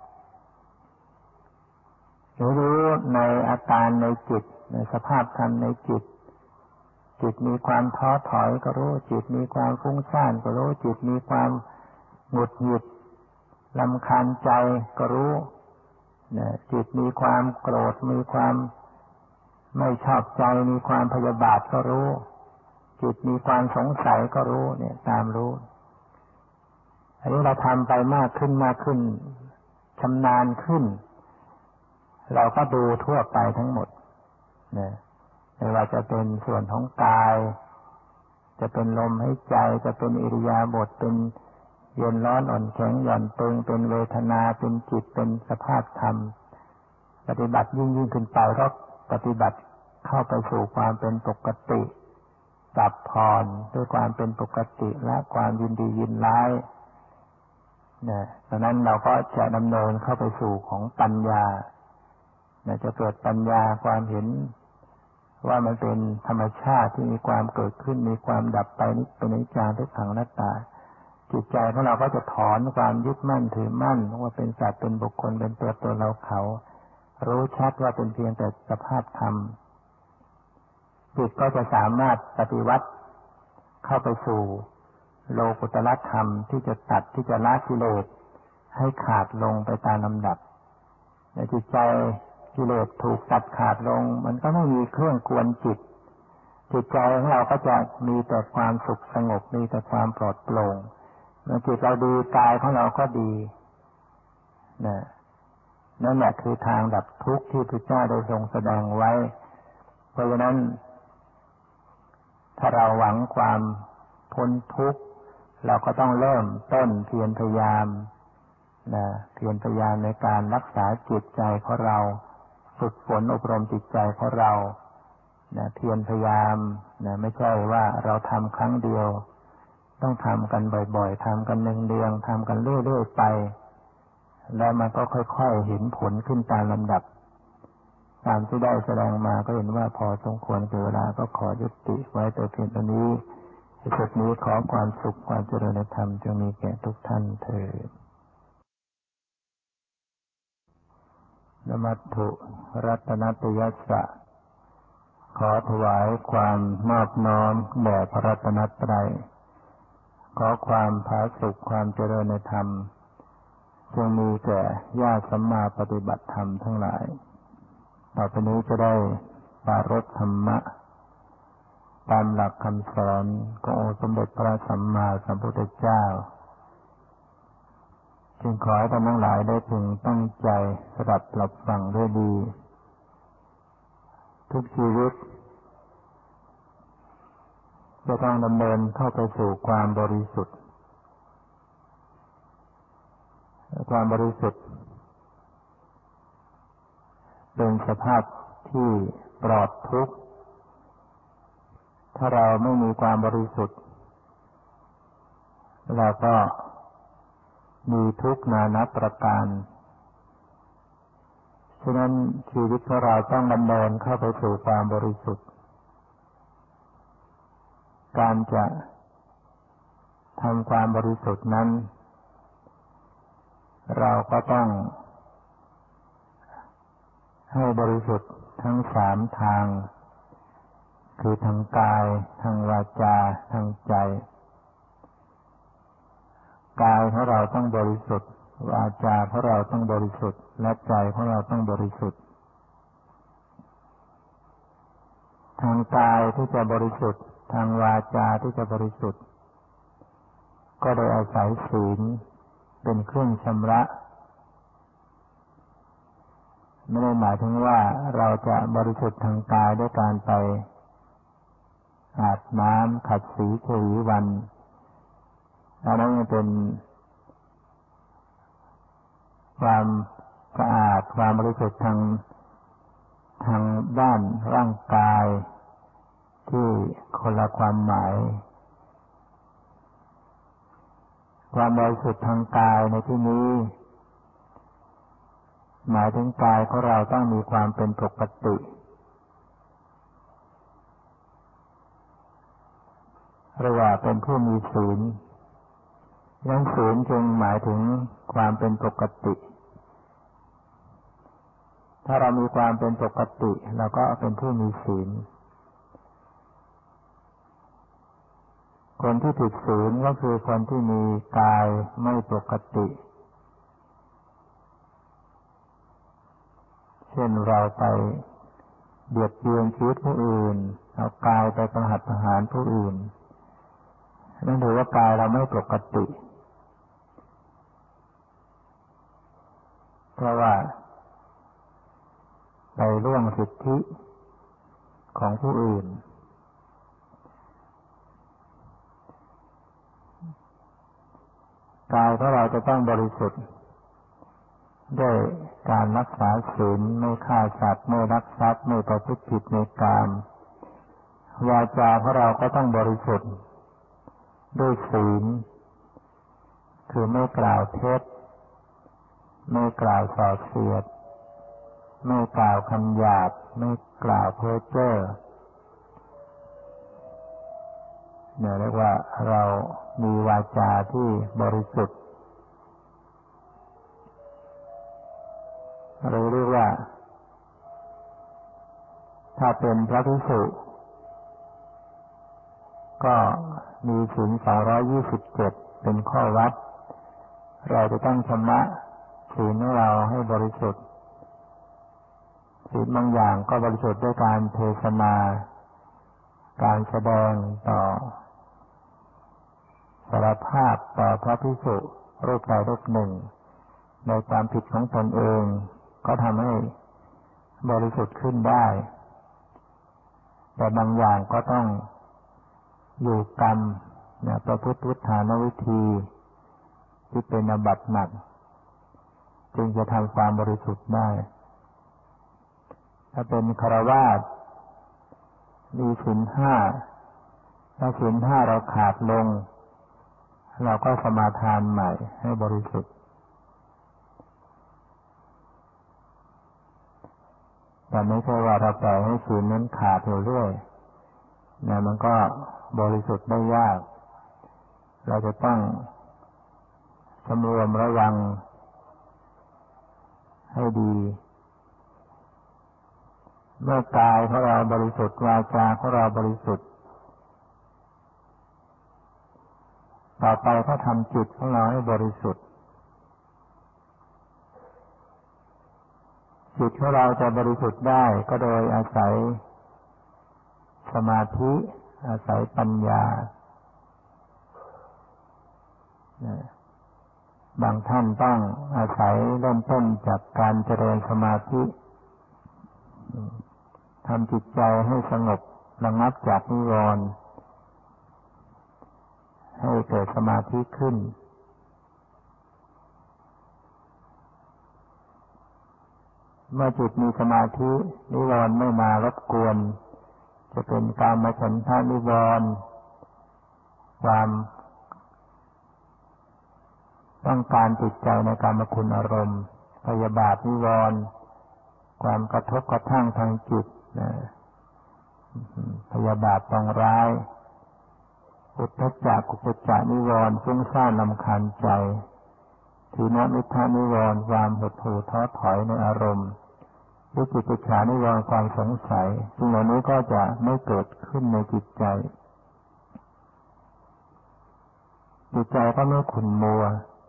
รู้ในอาการในจิตในสภาพธรรมในจิตจิตมีความท้อถอยก็รู้จิตมีความฟุ้งซ่านก็รู้จิตมีความหงุดหงิดรำคาญใจก็รู้จิตมีความโกรธมีความไม่ชอบใจมีความพยาบาทก็รู้จิตมีความสงสัยก็รู้เนี่ยตามรู้อันนี้เราทำไปมากขึ้นมากขึ้นชำนาญขึ้นเราก็ดูทั่วไปทั้งหมดนะไม่ว่าจะเป็นส่วนของกายจะเป็นลมหายใจจะเป็นอิริยาบถเป็นเย็นร้อนอ่อนแข็งหย่อนตึงเป็นเวทนาเป็นจิตเป็นสภาพธรรมปฏิบัติยิ่งยิ่งขึ้นไปก็ปฏิบัติเข้าไปสู่ความเป็นปกติปรับผ่อนด้วยความเป็นปกติและความยินดียินร้ายนะดังนั้นเราก็จะดำเนินเข้าไปสู่ของปัญญานะจะเกิดปัญญาความเห็นว่ามันเป็นธรรมชาติที่มีความเกิดขึ้นมีความดับไปนี่เป็นอนิจจังทุกขังอนัตตาจิตใจของเราก็จะถอนความยึดมั่นถือมั่นว่าเป็นสัตว์เป็นบุคคลเป็นตัวตนเราเขารู้ชัดว่าเป็นเพียงแต่สภาพธรรมจิตก็จะสามารถปฏิวัติเข้าไปสู่โลกุตตรธรรมที่จะตัดที่จะละกิเลสให้ขาดลงไปตามลำดับในจิตใจกิเลสถูกตัดขาดลงมันก็ไม่มีเครื่องกวนจิตจิตใจของเราก็จะมีแต่ความสุขสงบมีแต่ความปลอดโปร่งเมื่อจิตเราดีกายของเราก็ดีนะนั่นแหละคือทางดับทุกข์ที่พระเจ้าได้ทรงแสดงไว้เพราะฉะนั้นถ้าเราหวังความพ้นทุกข์เราก็ต้องเริ่มต้นเพียรพยายามนะเพียรพยายามในการรักษาจิตใจของเราฝึกฝนอบรมจิตใจของเรานะเพียรพยายามนะไม่ใช่ว่าเราทำครั้งเดียวต้องทำกันบ่อยๆทำกันเนืองๆทำกันเรื่อยๆไปแล้วมันก็ค่อยๆเห็นผลขึ้นตามลำดับตามที่ได้แสดงมาก็เห็นว่าพอสมควรแก่เวลาก็ขอยุติไว้แต่เพียงเท่านี้สุดนี้ขอความสุขความเจริญในธรรมจงมีแก่ทุกท่านเถิดนมัตถุรัตนัตยัสสะขอถวายความนอบน้อมแด่พระรัตนตรัยขอความผาสุกความเจริญในธรรมจงมีแก่ญาติสัมมาปฏิบัติธรรมทั้งหลายต่อไปนี้จะได้ปรารภธรรมะตามหลักคำสอนขององค์สมเด็จพระสัมมาสัมพุทธเจ้าจึงขอให้ท่านทั้งหลายได้พึงตั้งใจสดับหลับฟังด้วยดีทุกชีวิตจะต้องดำเนินเข้าไปสู่ความบริสุทธิ์ความบริสุทธิ์เป็นสภาพที่ปลอดทุกข์ถ้าเราไม่มีความบริสุทธิ์เราก็มีทุกข์นานับประการฉะนั้นชีวิตของเราต้องดำเนินเข้าไปสู่ความบริสุทธิ์การจะทำความบริสุทธิ์นั้นเราก็ต้องให้บริสุทธิ์ทั้งสามทางคือทางกายทางวาจาทางใจกายของเราต้องบริสุทธิ์วาจาของเราต้องบริสุทธิ์และใจของเราต้องบริสุทธิ์ทางกายที่จะบริสุทธิ์ทางวาจาที่จะบริสุทธิ์ก็โดยอาศัยศีลเป็นเครื่องชำระไม่ได้หมายถึงว่าเราจะบริสุทธิ์ทางกายด้วยการไปอาบน้ำขัดสีชวีวันอันนั้นเป็นความสะอาดความบริสุทธิ์ทางทางด้านร่างกายที่คนละความหมายความบริสุทธิ์ทางกายในที่นี้หมายถึงกายของเราต้องมีความเป็นปกติเรียกว่าเป็นผู้มีศีลนั้นศีลจึงหมายถึงความเป็นปกติถ้าเรามีความเป็นปกติเราก็เป็นผู้มีศีลคนที่ผิดศีลก็คือคนที่มีกายไม่ปกติเช่นเราไปเบียดเบียนชีวิตผู้อื่นเอากายไปประหัตประหารผู้อื่นนั่นถือว่ากายเราไม่ปกติเพราะว่าไปล่วงสิทธิของผู้อื่นกายของเราจะต้องบริสุทธิ์ด้วยการรักษาศีลไม่ฆ่าสัตว์ไม่ลักทรัพย์ไม่ประพฤติผิดในกามวาจาของเราก็ต้องบริสุทธิ์ด้วยศีลคือไม่กล่าวเท็จไม่กล่าวส่อเสียดไม่กล่าวคำหยาบไม่กล่าวเพ้อเจ้อเนี่ยเรียกว่าเรามีวาจาที่บริสุทธิ์เราเรียกว่าถ้าเป็นพระภิกษุก็มีศีลสองร้อยยี่สิบเจ็ดเป็นข้อวัดเราจะต้องชำระศีลของเราให้บริสุทธิ์ศีลบางอย่างก็บริสุทธิ์ด้วยการเทศนาการแสดงต่อสารภาพต่อพระภิกษุรูปใดรูปหนึ่งในความผิดของตนเองก็ทำให้บริสุทธิ์ขึ้นได้แต่บางอย่างก็ต้องอยู่กรรมเนี่ยประพฤติวุฒานวิธีที่เป็นอาบัติหนักจึงจะทำความบริสุทธิ์ได้ถ้าเป็นฆราวาสมีศีลห้าถ้าศีลห้าเราขาดลงเราก็สมาทานใหม่ให้บริสุทธิ์แต่ไม่ใช่ว่าเราปล่อยให้ศีลนั้นขาดอยู่เรื่อยเนี่ยมันก็บริสุทธิ์ได้ยากเราจะต้องสำรวมระวังให้ดีเมื่อกายของเราบริสุทธิ์วาจาของเราบริสุทธิ์ต่อไปก็ทำจิตของเราให้บริสุทธิ์จิตของเราจะบริสุทธิ์ได้ก็โดยอาศัยสมาธิอาศัยปัญญาบางท่านต้องอาศัยเริ่มต้นจากการเจริญสมาธิทำจิตใจให้สงบระงับจากนิวรณ์ให้เกิดสมาธิขึ้นเมื่อจิตมีสมาธินิวรณ์ไม่มารบกวนจะเป็นกามฉันทะนิวรณ์ความต้องการจิตใจในกามคุณอารมณ์พยาบาทนิวรณ์ความกระทบกระทั่งทางจิตพยาบาทปองร้ายอุทธัจจะกุกุจจะนิวรณ์ฟุ้งซ่านรำคาญใจถีนมิทธานิวรณ์ความหดหู่ท้อถอยในอารมณ์วิจิกิจฉานิวรณ์ความสงสัยสิ่งเหล่านี้ก็จะไม่เกิดขึ้นในจิตใจจิตใจก็ไม่ขุ่นมัว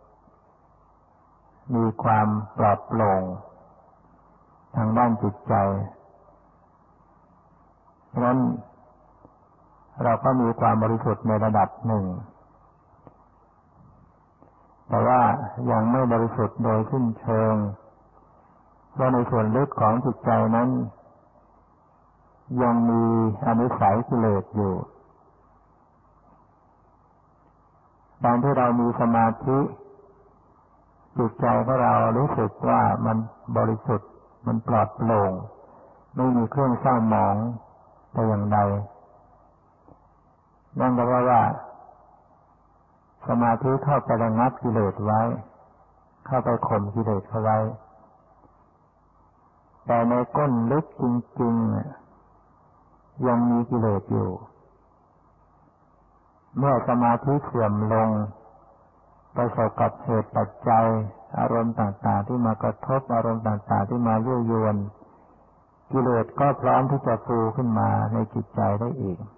มีความปลอดโปร่งทางด้านจิตใจฉะนั้นเราก็มีความบริสุทธิ์ในระดับหนึ่งแต่ว่ายังไม่บริสุทธิ์โดยสิ้นเชิงเพราะในส่วนลึกของจิตใจนั้นยังมีอนุสัยกิเลสอยู่ตอนที่เรามีสมาธิจิตใจของเรารู้สึกว่ามันบริสุทธิ์มันปลอดโปร่งไม่มีเครื่องเศร้าหมองแต่อย่างใดนั่นก็เพราะว่าสมาธิเข้าไประงับกิเลสไว้เข้าไปข่มกิเลสเอาไว้แต่ในก้นลึกจริงๆยังมีกิเลสอยู่เมื่อสมาธิเสื่อมลงประสบกับเหตุปัจจัยอารมณ์ต่างๆที่มากระทบอารมณ์ต่างๆที่มายั่วยวนกิเลสก็พร้อมที่จะฟูขึ้นมาในจิตใจได้อีก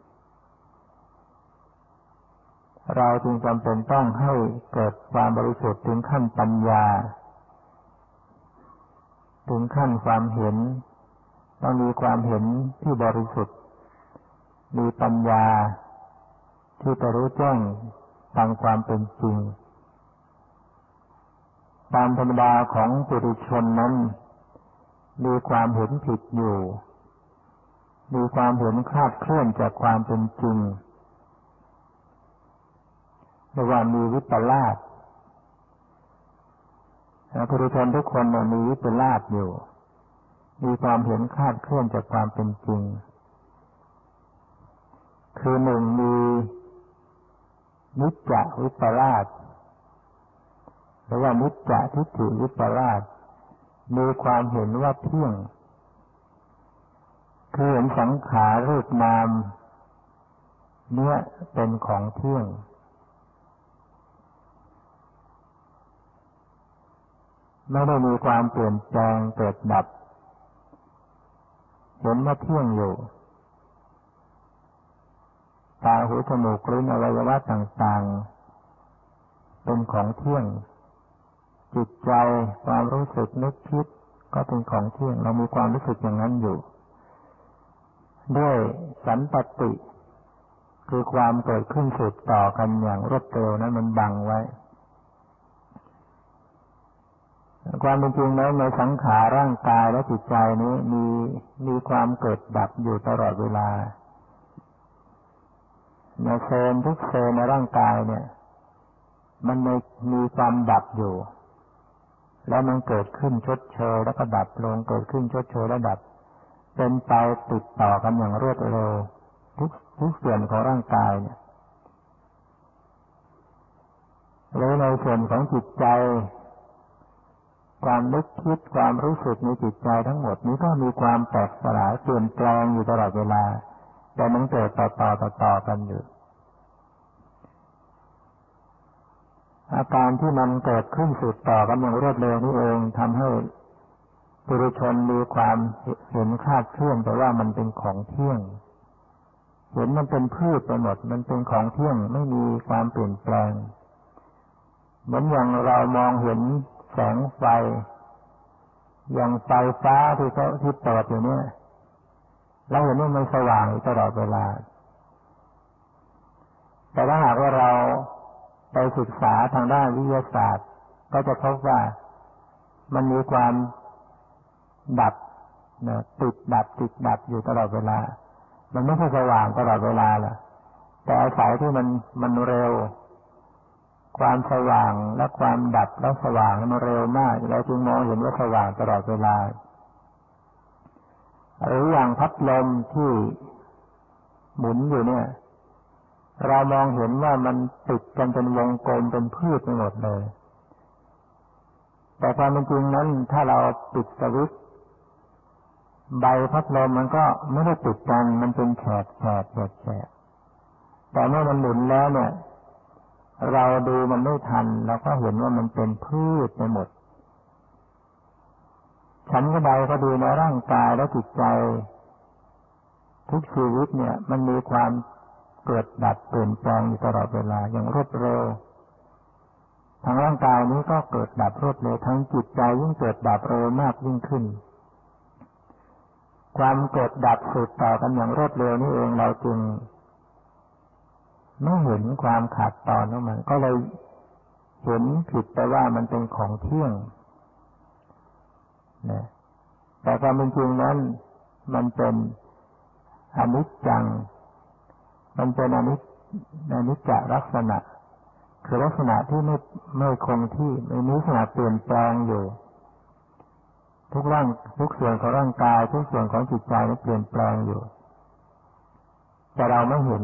เราจึงจำเป็นต้องให้เกิดความบริสุทธิ์ถึงขั้นปัญญาถึงขั้นความเห็นต้องมีความเห็นที่บริสุทธิ์มีปัญญาที่จะรู้แจ้งตามความเป็นจริงตามธรรมดาของปุถุชนนั้นมีความเห็นผิดอยู่มีความเห็นคลาดเคลื่อนจากความเป็นจริงเรียกว่ามีวิปลาสปุถุชนทุกคนมีวิปลาสอยู่มีความเห็นคลาดเคลื่อนจากความเป็นจริงคือหนึ่งมีนิจจวิปลาสหรือว่านิจจทิฏฐิวิปลาสมีความเห็นว่าเที่ยงคือเห็นสังขารรูปนามเนี่ยเป็นของเที่ยงไม่ได้มีความเปลี่ยนแปลงเกิดดับเห็นว่าเที่ยงอยู่ตาหูจมูกลิ้นอวัยวะต่างๆเป็นของเที่ยงจิตใจความรู้สึกนึกคิดก็เป็นของเที่ยงเรามีความรู้สึกอย่างนั้นอยู่ด้วยสันตติคือความเกิดขึ้นสืบต่อกันอย่างรวดเร็วนั้นมันบังไว้ความเป็นจริงแล้วในสังขารร่างกายและจิตใจนี้มีมีความเกิดดับอยู่ตลอดเวลาในเซลล์ทุกเซลล์ในร่างกายเนี่ยมันมีมีความดับอยู่แล้วมันเกิดขึ้นชดเชยแล้วก็ดับลงเกิดขึ้นชดเชยแล้วดับเป็นไปติดต่อกันอย่างรวดเร็วทุกทุกส่วนของร่างกายเนี่ยแล้วในส่วนของจิตใจความนึกคิดความรู้สึกในจิตใจทั้งหมดนี้ก็มีความแตกสลายเปลี่ยนแปลงอยู่ตลอดเวลาแต่มันเกิดต่อต่อต่อต่อกันอยู่อาการที่มันเกิดขึ้นสืบต่อกันอย่างรวดเร็วนี่เองทำให้ปุถุชนมีความเห็นคลาดเคลื่อนแต่ว่ามันเป็นของเที่ยงเห็นมันเป็นพืชไปหมดมันเป็นของเที่ยงไม่มีความเปลี่ยนแปลงเหมือนอย่างเรามองเห็นแสงไฟอย่างไฟฟ้าที่เขาที่เปิดอยู่เนี่ยเราเห็นว่ามันสว่างตลอดเวลาแต่ถ้าหากว่าเราไปศึกษาทางด้านวิทยาศาสตร์ก็จะพบว่ามันมีความดับนะติดดับติดดับอยู่ตลอดเวลามันไม่ใช่สว่างตลอดเวลาล่ะแต่อาศัยที่มันมันเร็วความสว่างและความดับและสว่างมันเร็วมากเราจึงมองเห็นว่าสว่างตลอดเวลาหรืออย่างพัดลมที่หมุนอยู่เนี่ยเรามองเห็นว่ามันติดกันเป็นวงกลมเป็นพืชไปหมดเลยแต่ความเป็นจริงนั้นถ้าเราปิดสวิตช์ใบพัดลมมันก็ไม่ได้ติดกันมันเป็นแฉกแฉกแฉกแฉกแต่เมื่อมันหมุนแล้วเนี่ยเราดูมันไม่ทันเราก็เห็นว่ามันเป็นพืชไปหมดฉันก็ใดก็ดูในร่างกายและจิตใจทุกชีวิตเนี่ยมันมีความเกิดดับเปลี่ยนแปลงอยู่ตลอดเวลาอย่างรวดเร็วทางร่างกายนี้ก็เกิดดับรวดเร็วทั้งจิตใจยิ่งเกิดดับเร็วมากยิ่งขึ้นคความเกิดดับสืบต่อกันอย่างรวดเร็วนี่เองเราจึงไม่เห็นความขาดตอนของมันก็เลยเห็นผิดไปว่ามันเป็นของเที่ยงนะแต่ความเป็นจริงนั้นมันเป็นอนิจจังมันเป็นอนิจอนิจจลักษณะคือลักษณะที่ไม่ไม่คงที่มีลักษณะเปลี่ยนแปลงอยู่ทุกร่างทุกส่วนของร่างกายทุกส่วนของจิตใจนั้นเปลี่ยนแปลงอยู่แต่เราไม่เห็น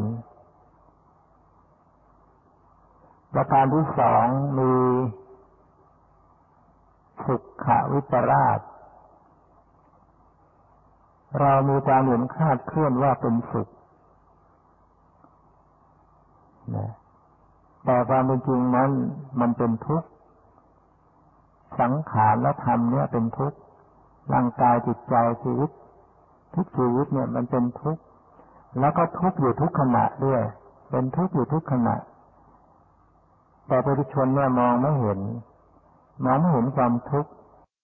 ประการที่สองมีสุขวิปราสเรามีความเห็นคลาดเคลื่อนว่าเป็นสุขนะแต่ความเป็นจริงนั้นมันเป็นทุกข์สังขารและธรรมเนี่ยเป็นทุกข์ร่างกายจิตใจชีวิตทุกชีวิตเนี่ยมันเป็นทุกข์แล้วก็ทุกข์อยู่ทุกขณะด้วยเป็นทุกข์อยู่ทุกขณะแต่ปุถุชนเนี่ยมองไม่เห็นมองไม่เห็นความทุกข์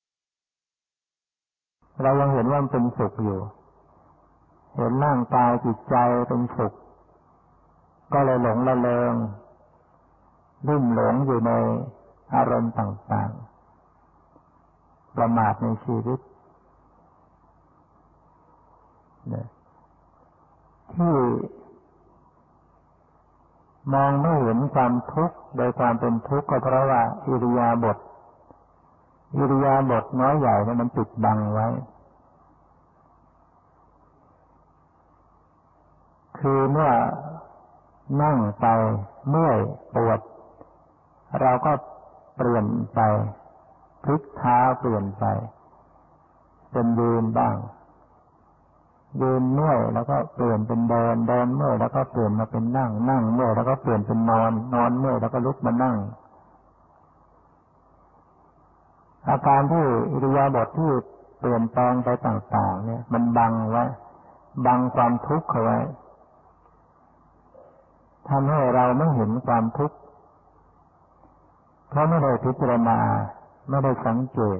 เรายังเห็นว่ามันเป็นสุขอยู่เห็นร่างกายจิตใจเป็นสุขก็เลยหลงละเลงลุ่มหลงอยู่ในอารมณ์ต่างๆประมาทในชีวิตที่มองไม่เห็นความทุกข์โดยความเป็นทุกข์ก็เพราะว่าอิริยาบถอิริยาบถน้อยใหญ่เนี่ยมันปิดบังไว้คือเมื่อนั่งไปเมื่อยปวดเราก็เปลี่ยนไปพลิกเท้าเปลี่ยนไปเป็นยืนบ้างยืนเมื่อยแล้วก็เปลี่ยนเป็นเดินเดินเมื่อยแล้วก็เปลี่ยนมาเป็นนั่งนั่งเมื่อยแล้วก็เปลี่ยนเป็นนอนนอนเมื่อยแล้วก็ลุกมานั่งอาการที่อิริยาบถที่เปลี่ยนแปลงไปต่างๆเนี่ยมันบังไว้บังความทุกข์เอาไว้ทำให้เราไม่เห็นความทุกข์เพราะไม่ได้พิจารณาไม่ได้สังเกต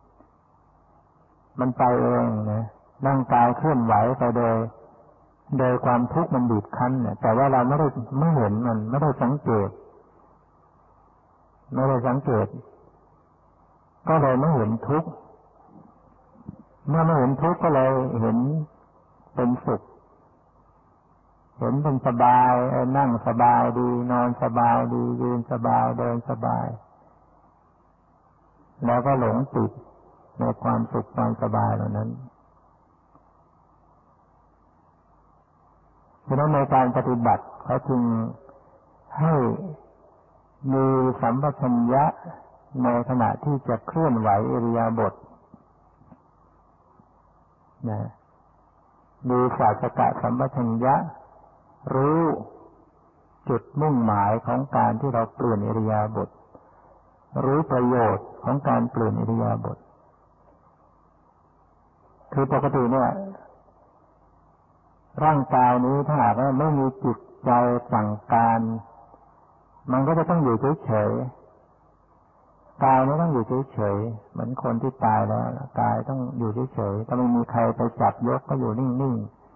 มันไปเองนะร่างกายเคลื่อนไหวไปโดยโดยความทุกข์มันบีบคั้นเนี่ยแต่ว่าเราไม่ได้ไม่เห็นมันไม่ได้สังเกตไม่ได้สังเกตก็เลยไม่เห็นทุกข์เมื่อไม่เห็นทุกข์ก็เลยเห็นเป็นสุขเห็นเป็นสบายนั่งสบายดีนอนสบายดียืนสบายเดินสบายแล้วก็หลงติดในความสุขความสบายเหล่านั้นฉะนั้นในการปฏิบัติเขาจึงให้มีสัมปชัญญะในขณะที่จะเคลื่อนไหวอิริยาบถนะมีสัจจกสัมปชัญญะรู้จุดมุ่งหมายของการที่เราเปลี่ยนอิริยาบถรู้ประโยชน์ของการเปลี่ยนอิริยาบถคือปกติเนี่ยร่างกายนี้ถ้าหากว่าไม่มีจิตใจสั่งการมันก็จะต้องอยู่เฉยๆกายไม่ต้องอยู่เฉยๆเหมือนคนที่ตายแล้วกายต้องอยู่เฉยๆถ้าไม่มีใครไปจับยกก็อยู่นิ่ง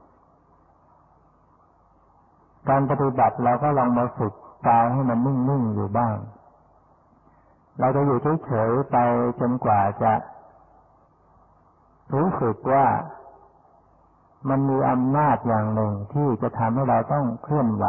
ๆการปฏิบัติเราก็ลองมาฝึกกายให้มันนิ่งๆอยู่บ้างเราจะอยู่เฉยๆไปจนกว่าจะรู้สึกว่ามันมีอำนาจอย่างหนึ่งที่จะทำให้เราต้องเคลื่อนไหว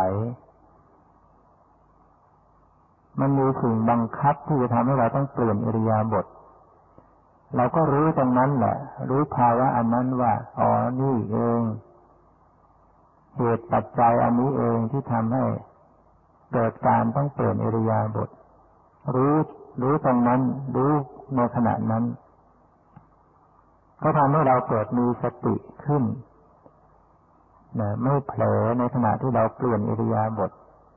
มันมีสิ่งบังคับที่จะทำให้เราต้องเปลี่ยนอิริยาบถเราก็รู้ตรงนั้นแหละรู้ภาวะอันนั้นว่าอ๋อนี่เองเหตุปัจจัยอันนี้เองที่ทำให้เกิดการต้องเปลี่ยนอิริยาบถรู้รู้ตรงนั้นรู้ในขณะนั้นก็ทำให้เราเกิดมีสติขึ้นนะไม่เผลอในขณะที่เราเปลี่ยนอิริยาบถ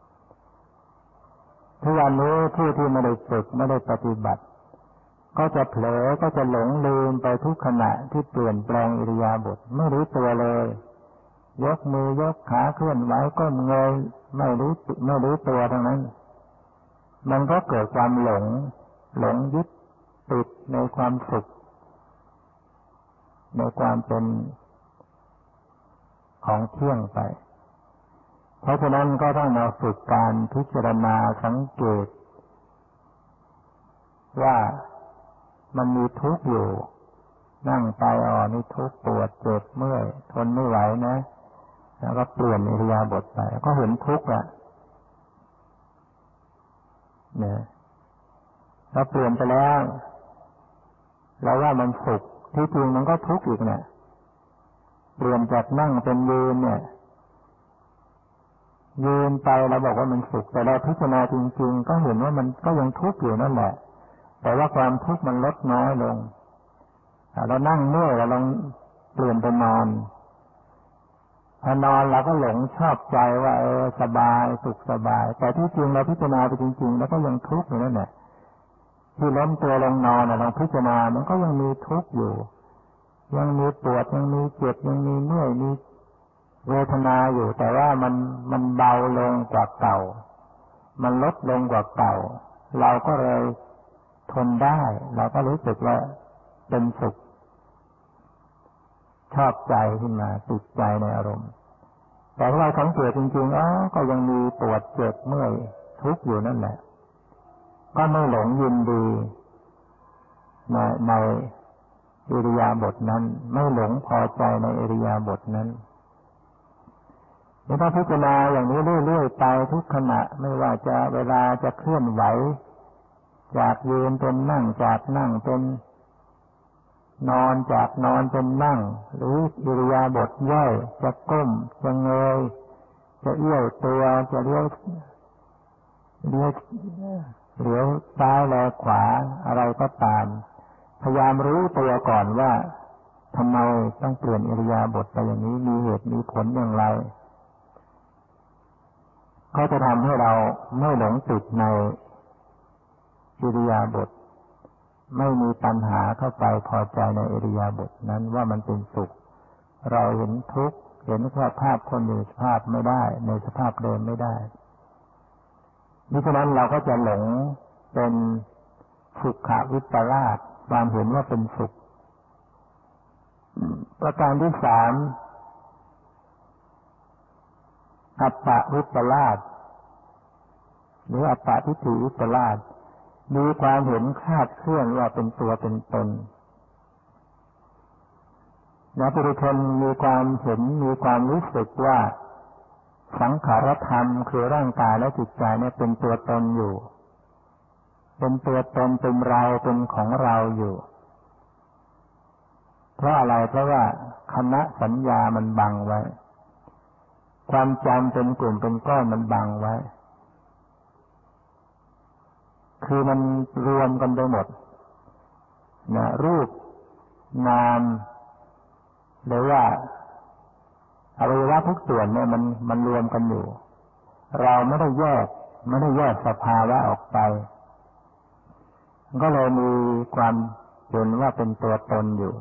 ทุกวันนี้ผู้ที่ไม่ได้ฝึกไม่ได้ปฏิบัติก็จะเผลอก็จะหลงลืมไปทุกขณะที่เปลี่ยนแปลงอิริยาบถไม่รู้ตัวเลยยกมือยกขาเคลื่อนไหวก้มเงยไม่รู้ไม่รู้ตัวทั้งนั้นมันก็เกิดความหลงหลงยึดติดในความสุขในความเป็นของเที่ยงไปเพราะฉะนั้นก็ต้องมาฝึกการพิจารณาสังเกตว่ามันมีทุกข์อยู่นั่งไปอ๋อนี่ทุกข์ปวดเจ็บเมื่อยทนไม่ไหวนะแล้วก็เปลี่ยนอิริยาบถไปก็เห็นทุกข์อ่ะเนี่ยเราเปลี่ยนไปแล้วเราว่ามันสุขที่จริงมันก็ทุกข์อีกเนี่ยเปลี่ยนจากนั่งเป็นยืนเนี่ยยืนไปเราบอกว่ามันสุขแต่เราพิจารณาจริงๆก็เห็นว่ามันก็ยังทุกข์อยู่นั่นแหละแต่ว่าความทุกข์มันลดน้อยลงเรานั่งเมื่อยเราลองเปลี่ยนไปนอนพอนอนเราก็หลงชอบใจว่าเออสบายสุขสบายแต่ที่จริงเราพิจารณาไปจริงๆแล้วก็ยังทุกข์อยู่นั่นแหละที่ล้มตัวลงนอนเราพิจารณามันก็ยังมีทุกข์อยู่ยังมีปวดยังมีเจ็บยังมีเมื่อยมีเวทนาอยู่แต่ว่ามันมันเบาลงกว่าเก่ามันลดลงกว่าเก่าเราก็เลยทนได้เราก็รู้สึกว่าเป็นสุขชอบใจขึ้นมาติดใจในอารมณ์แต่เราสังเกตจริงๆอ๋อก็ยังมีปวดเจ็บเมื่อยทุกข์อยู่นั่นแหละก็ไม่หลงยินดีในในอิริยาบถนั้นไม่หลงพอใจในอิริยาบถนั้นแล้วถ้าพิจารณาอย่างนี้เรื่อยๆไปทุกขณะไม่ว่าจะเวลาจะเคลื่อนไหวจากยืนเป็นนั่งจากนั่งเป็นนอนจากนอนเป็นนั่งหรืออิริยาบถย่อยจะก้มจะเงยจะเอี้ยวตัวจะเลี้ยวเลี้ยวเหลียวซ้ายแลขวาอะไรก็ตามพยายามรู้ตัวก่อนว่าทำไมต้องเปลี่ยนอิริยาบถไปอย่างนี้มีเหตุมีผลอย่างไรก็จะทำให้เราไม่หลงติดในอิริยาบถไม่มีปัญหาเข้าไปพอใจในอิริยาบถนั้นว่ามันเป็นสุขเราเห็นทุกข์เห็นสภาพคนอยู่สภาพไม่ได้ในสภาพเดิมไม่ได้มิฉะนั้นเราก็จะหลงเป็นสุขวิปลาสความเห็นว่าเป็นสุขประการที่สามอัปปะวิปลาสหรืออัปปะทิฏฐิวิปลาสมีความเห็นคลาดเคลื่อนว่าเป็นตัวเป็นตนและปุถุชนมีความเห็นมีความรู้สึกว่าสังขารธรรมคือร่างกายและจิตใจเนี่ยเป็นตัวตนอยู่เป็นตัวตนเป็นเราเป็นของเราอยู่เพราะอะไรเพราะว่าคณะสัญญามันบังไว้ความจำเป็นกลุ่มเป็นก้อนมันบังไว้คือมันรวมกันไปหมดนะรูปนามหรือว่าอวัยวะทุกส่วนเนี่ยมันมันรวมกันอยู่เราไม่ได้แยกไม่ได้แยกสภาวะออกไปก็เลยมีความเห็นว่าเป็นตัวตนอยู่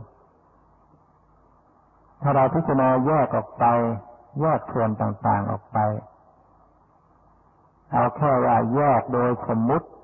ถ้าเราพิจารณาแยกออกไปแยกส่วนต่างๆออกไปเอาแค่ว่าแยกโดยสมมุติ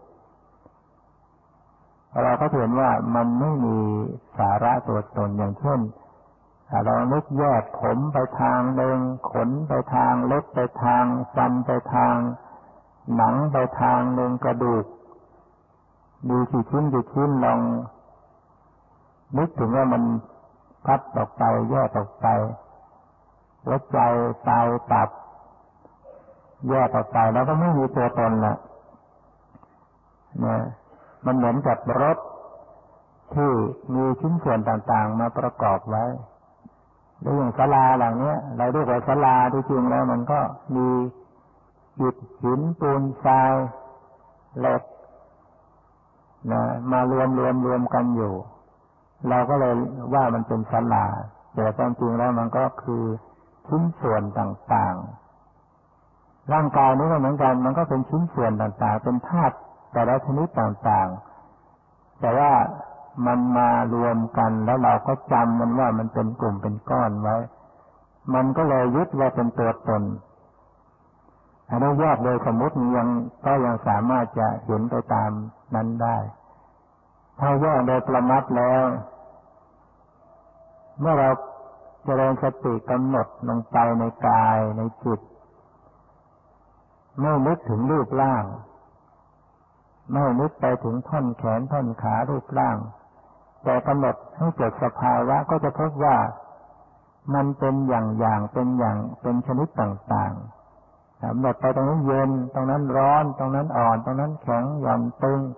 เราก็เห็นว่ามันไม่มีสาระตัวตนอย่างเช่นเรานึกแยกผมไปทางหนึ่งขนไปทางเล็บไปทางฟันไปทางหนังไปทางหนึ่งกระดูกดูกี่ชิ้นกี่ชิ้นลองนึกถึงว่ามันพัดออกไปแยกออกไปหัวใจไตตับแยกออกไปแล้วก็ไม่มีตัวตนละนะมันเหมือนกับรถที่มีชิ้นส่วนต่างๆมาประกอบไว้หรืออย่างศาลาหลังนี้เราเรียกว่าศาลาที่จริงแล้วมันก็มีอิฐหินปูนทรายเหล็กนะมารวมรวมรวมกันอยู่เราก็เลยว่ามันเป็นศาลาแต่ความจริงแล้วมันก็คือชิ้นส่วนต่างๆร่างกายนี้ก็เหมือนกันมันก็เป็นชิ้นส่วนต่างๆเป็นธาตุแต่ละชนิดต่างๆแต่ว่ามันมารวมกันแล้วเราก็จำมันว่ามันเป็นกลุ่มเป็นก้อนไว้มันก็เลยยึดว่าเป็นตัวตนถ้าเราแยกโดยสมมติยังก็ยังสามารถจะเห็นไปตามนั้นได้ถ้าแยกโดยประมัดแล้วเมื่อเราเจริญสติกำหนดลงไปในกายในจิตไม่นึกถึงรูปร่างไม่นึกไปถึงท่อนแขนท่อนขารูปร่างแต่กำหนดให้เกิดสภาวะก็จะพบว่ามันเป็นอย่างๆเป็นอย่างเป็นชนิดต่างๆกำหนดไปตรงนั้นเย็นตรงนั้นร้อนตรงนั้นอ่อนตรงนั้นแข็งหย่อนตึง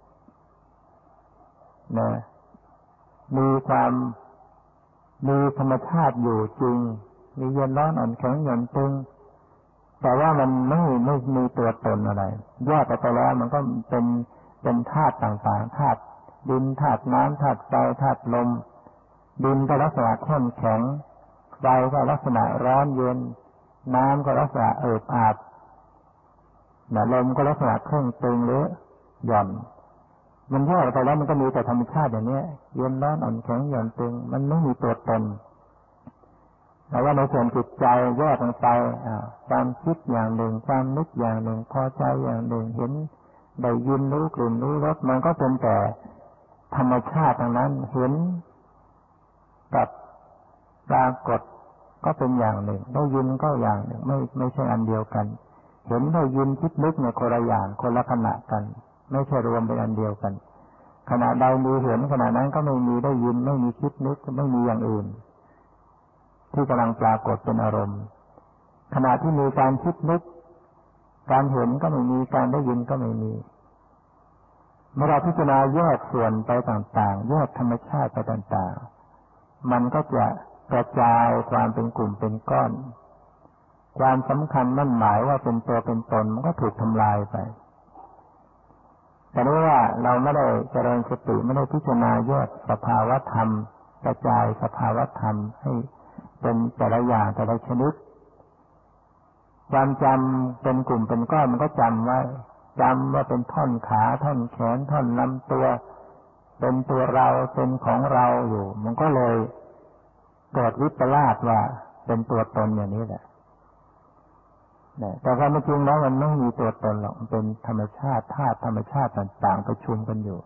นะมีความมีธรรมชาติอยู่จริงมีเย็นร้อนอ่อนแข็งหย่อนตึงแต่ว่ามันไม่ไม่มีตัวตนอะไรแยกไปแล้วมันก็เป็นเป็นธาตุต่างๆธาตุดินธาตุน้ำธาตุไฟธาตุลมดินก็ลักษณะข้นแข็งไฟก็ลักษณะร้อนเย็นน้ำก็ลักษณะเอิบอาบลมก็ลักษณะเครื่องตึงหรือหย่อนมันแยกไปแล้วมันก็มีแต่ธรรมชาติอย่างนี้เย็นร้อนอ่อนแข็งหย่อนตึงมันไม่มีตัวตนแต่ว่าในส่วนจิตใจแยกลงไปความคิดอย่างหนึ่งความนึกอย่างหนึ่งพอใจอย่างหนึ่งเห็นได้ยินรู้กลิ่นรู้รสมันก็เป็นแต่ธรรมชาติทั้งนั้นเห็นกับปรากฏก็เป็นอย่างหนึ่งได้ยินก็อย่างหนึ่งไม่ไม่ใช่อันเดียวกันเห็นได้ยินคิดนึกในคนละอย่างคนละขณะกันไม่ใช่รวมเป็นอันเดียวกันขณะใดมีเห็นขณะนั้นก็ไม่มีได้ยินไม่มีคิดนึกไม่มีอย่างอื่นที่กำลังปรากฏเป็นอารมณ์ขณะที่มีการคิดนึกการเห็นก็ไม่มีการได้ยินก็ไม่มีเมื่อเราพิจารณาแยกส่วนไปต่างๆแยกธรรมชาติไปต่างๆมันก็จะกระจายความเป็นกลุ่มเป็นก้อนความสำคัญมั่นหมายว่าเป็นตัวเป็นตนมันก็ถูกทำลายไปแต่ว่าเราไม่ได้เจริญสติไม่ได้พิจารณาแยกสภาวธรรมกระจายสภาวธรรมให้เป็นแต่ละอย่างแต่ละชนิดความจำเป็นกลุ่มเป็นก้อนมันก็จำไว้จำว่าเป็นท่อนขาท่อนแขนท่อนลำตัวเป็นตัวเราเป็นของเราอยู่มันก็เลยเกิดวิปลาสว่าเป็นตัวตนอย่างนี้แหละแต่ความจริงแล้วมันไม่มีตัวตนหรอกมันเป็นธรรมชาติธาตุธรรมชาติต่างๆประชุมกันอยู่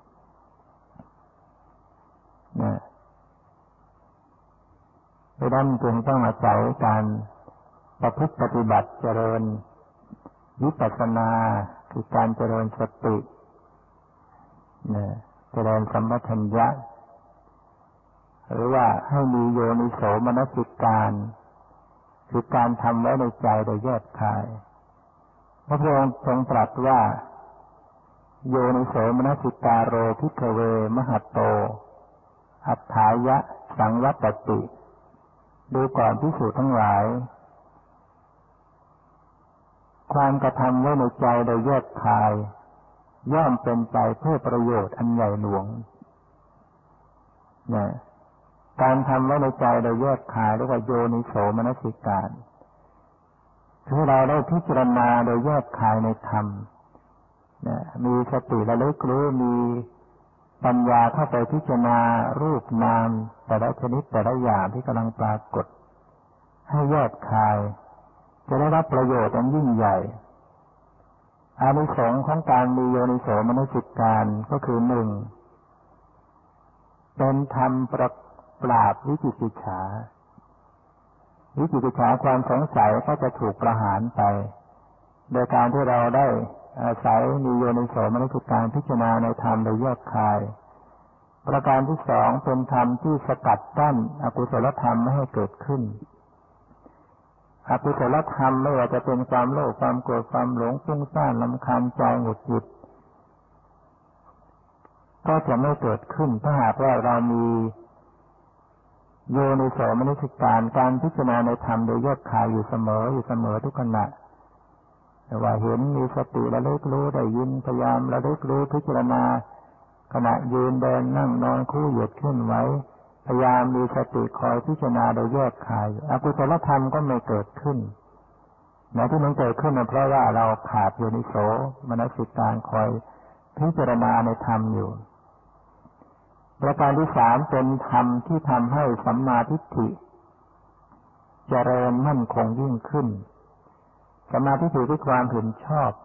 นะดังนั้นจึงต้องอาศัยการประพฤติปฏิบัติเจริญวิปัสสนาคือการเจริญสตินะเจริญสัมปชัญญะหรือว่าให้มีโยนิโสมนสิการคือการทำไว้ในใจโดยแยกคายพระพุทธองค์ทรงตรัสว่าโยนิโสมนสิการโรภิกขเวมหัตโตอัฏฐายะสังวัตติดูก่อนภิกษุทั้งหลายความกระทำไว้ในใจโดยแยกคายย่อมเป็นไปเพื่อประโยชน์อันใหญ่หลวงนะการทำไว้ในใจโดยแยกคายเรียกว่าโยนิโสมนสิการคือเราได้พิจารณาโดยแยกคายในธรรมนะมีสติระลึกรู้มีปัญญาเข้าไปพิจารณารูปนามแต่ละชนิดแต่ละอย่างที่กำลังปรากฏให้แยกคายจะได้รับประโยชน์อันยิ่งใหญ่อานิสงส์ของการมีโยนิโสมนสิการก็คือหนึ่งเป็นธรรมประปราบวิจิกิจฉาวิจิกิจฉาความสงสัยก็จะถูกประหารไปโดยการที่เราได้อาศัยมีโยนิโสมนสิการพิจารณาในธรรมโดยแยกคายประการที่สองเป็นธรรมที่สกัดกั้นอกุศลธรรมไม่ให้เกิดขึ้นอกุศลธรรมไม่ว่าจะเป็นความโลภความโกรธความหลงฟุ้งซ่านรำคาญใจหงุดหงิดก็จะไม่เกิดขึ้นถ้าหากว่าเรามีโยนิโสมนสิการการพิจารณาในธรรมโดยแยกคายอยู่เสมออยู่เสมอทุกขณะแต่ว่าเห็นมีสติระลึกรู้ได้ยินพยายามระลึกรู้พิจารณาขณะยืนเดินนั่งนอนคู่เหยียดเคลื่อนไหวพยายามมีสติคอยพิจารณาโดยแยกคายอกุศลธรรมก็ไม่เกิดขึ้นแม้ที่มันเกิดขึ้นเพราะว่าเราขาดโยนิโสมนสิการคอยพิจารณาในธรรมอยู่ประการที่สามเป็นธรรมที่ทำให้สัมมาทิฏฐิเจริญมั่นคงยิ่งขึ้นสัมมาทิฏฐิคือความเห็นชอบ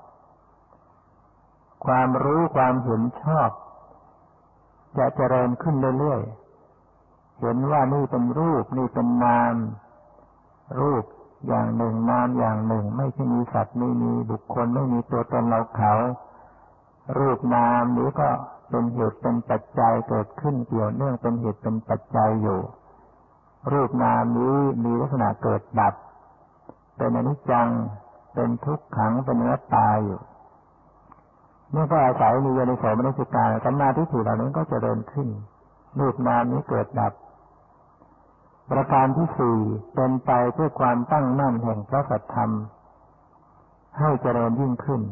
ความรู้ความเห็นชอบจะเจริญขึ้นเรื่อยๆเห็นว่านี่เป็นรูปนี่เป็นนามรูปอย่างหนึ่งนามอย่างหนึ่งไม่ใช่มีสัตว์ไม่มีบุคคลไม่มีตัวตนเราเขารูปนามนี้ก็เป็นเหตุเป็นปัจจัยเกิดขึ้นเกี่ยวเนื่องเป็นเหตุเป็นปัจจัยอยู่รูปนามนี้มีลักษณะเกิดดับเป็นอนิจจังเป็นทุกขังเป็นอนัตตาอยู่เมื่อก็อาศัยมีโยนิโสมนสิการสัมมาทิฏฐิเหล่านั้นก็เจริญขึ้นรูปนามนี้เกิดดับประการที่สี่เป็นไปเพื่อความตั้งมั่นแห่งพระสัทธรรมให้เจริญยิ่งขึ้น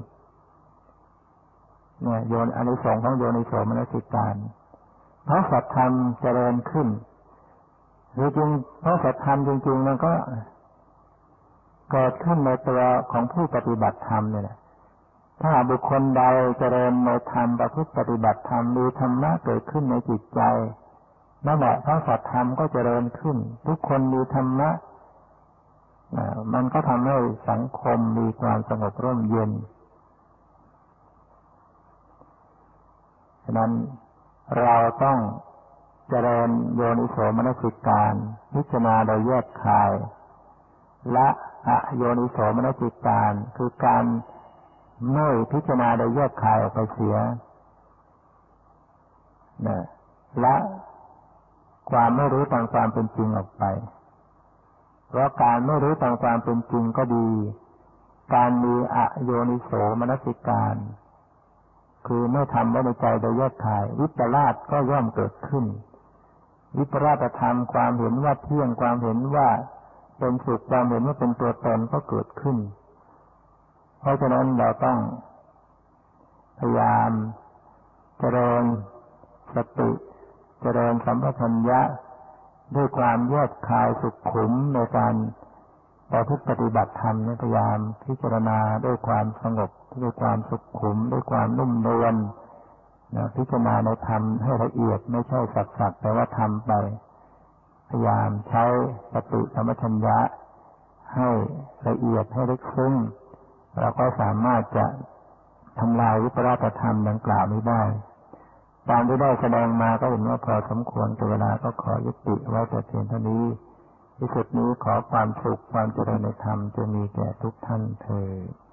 เนี่ยโยนอานิสงส์ของโยนิโสมนสิการพระสัทธรรมเจริญขึ้นหรือจริงพระสัทธรรมจริงๆมันก็เกิดขึ้นในตัวของผู้ปฏิบัติธรรมเนี่ยนะถ้าบุคคลใดเจริญในธรรมประพฤติปฏิบัติธรรมมีธรรมะเกิดขึ้นในจิตใจนั่นแหละพระสัทธรรมก็เจริญขึ้นทุกคนมีธรรมะมันก็ทำให้สังคมมีความสงบร่มเย็นฉะนั้นเราต้องเจริญโยนิโสมนสิการพิจารณาโดยแยกคายและอโยนิโสมนสิการคือการไม่พิจารณาโดยแยกคายออกไปเสียนะและความไม่รู้ตามความเป็นจริงออกไปเพราะการไม่รู้ตามความเป็นจริงก็ดีการมีอโยนิโสมนสิการคือไม่ทำไว้ในใจโดยแยกคายวิปลาสก็ย่อมเกิดขึ้นวิปลาสธรรมความเห็นว่าเที่ยงความเห็นว่าเป็นสุขความเห็นว่าเป็นตัวตนก็เกิดขึ้นเพราะฉะนั้นเราต้องพยายามเจริญสติเจริญสัมปชัญญะด้วยความแยกคายสุขุมในการประพฤติปฏิบัติธรรมพยายามพิจารณาด้วยความสงบด้วยความสุขุมด้วยความนุ่มนวลนะพิจารณาในธรรมให้ละเอียดไม่ใช่สักๆแต่ว่าทำไปพยายามใช้สติสัมปชัญญะให้ละเอียดให้ลึกซึ้งเราก็สามารถจะทำลายวิปลาสธรรมดังกล่าวนี้ได้ตามที่ได้แสดงมาก็เห็นว่าพอสมควรแต่เวลาก็ขอยุติไว้แต่เพียงเท่านี้ที่สุดนี้ขอความสุขความเจริญในธรรมจะมีแก่ทุกท่านเทอญ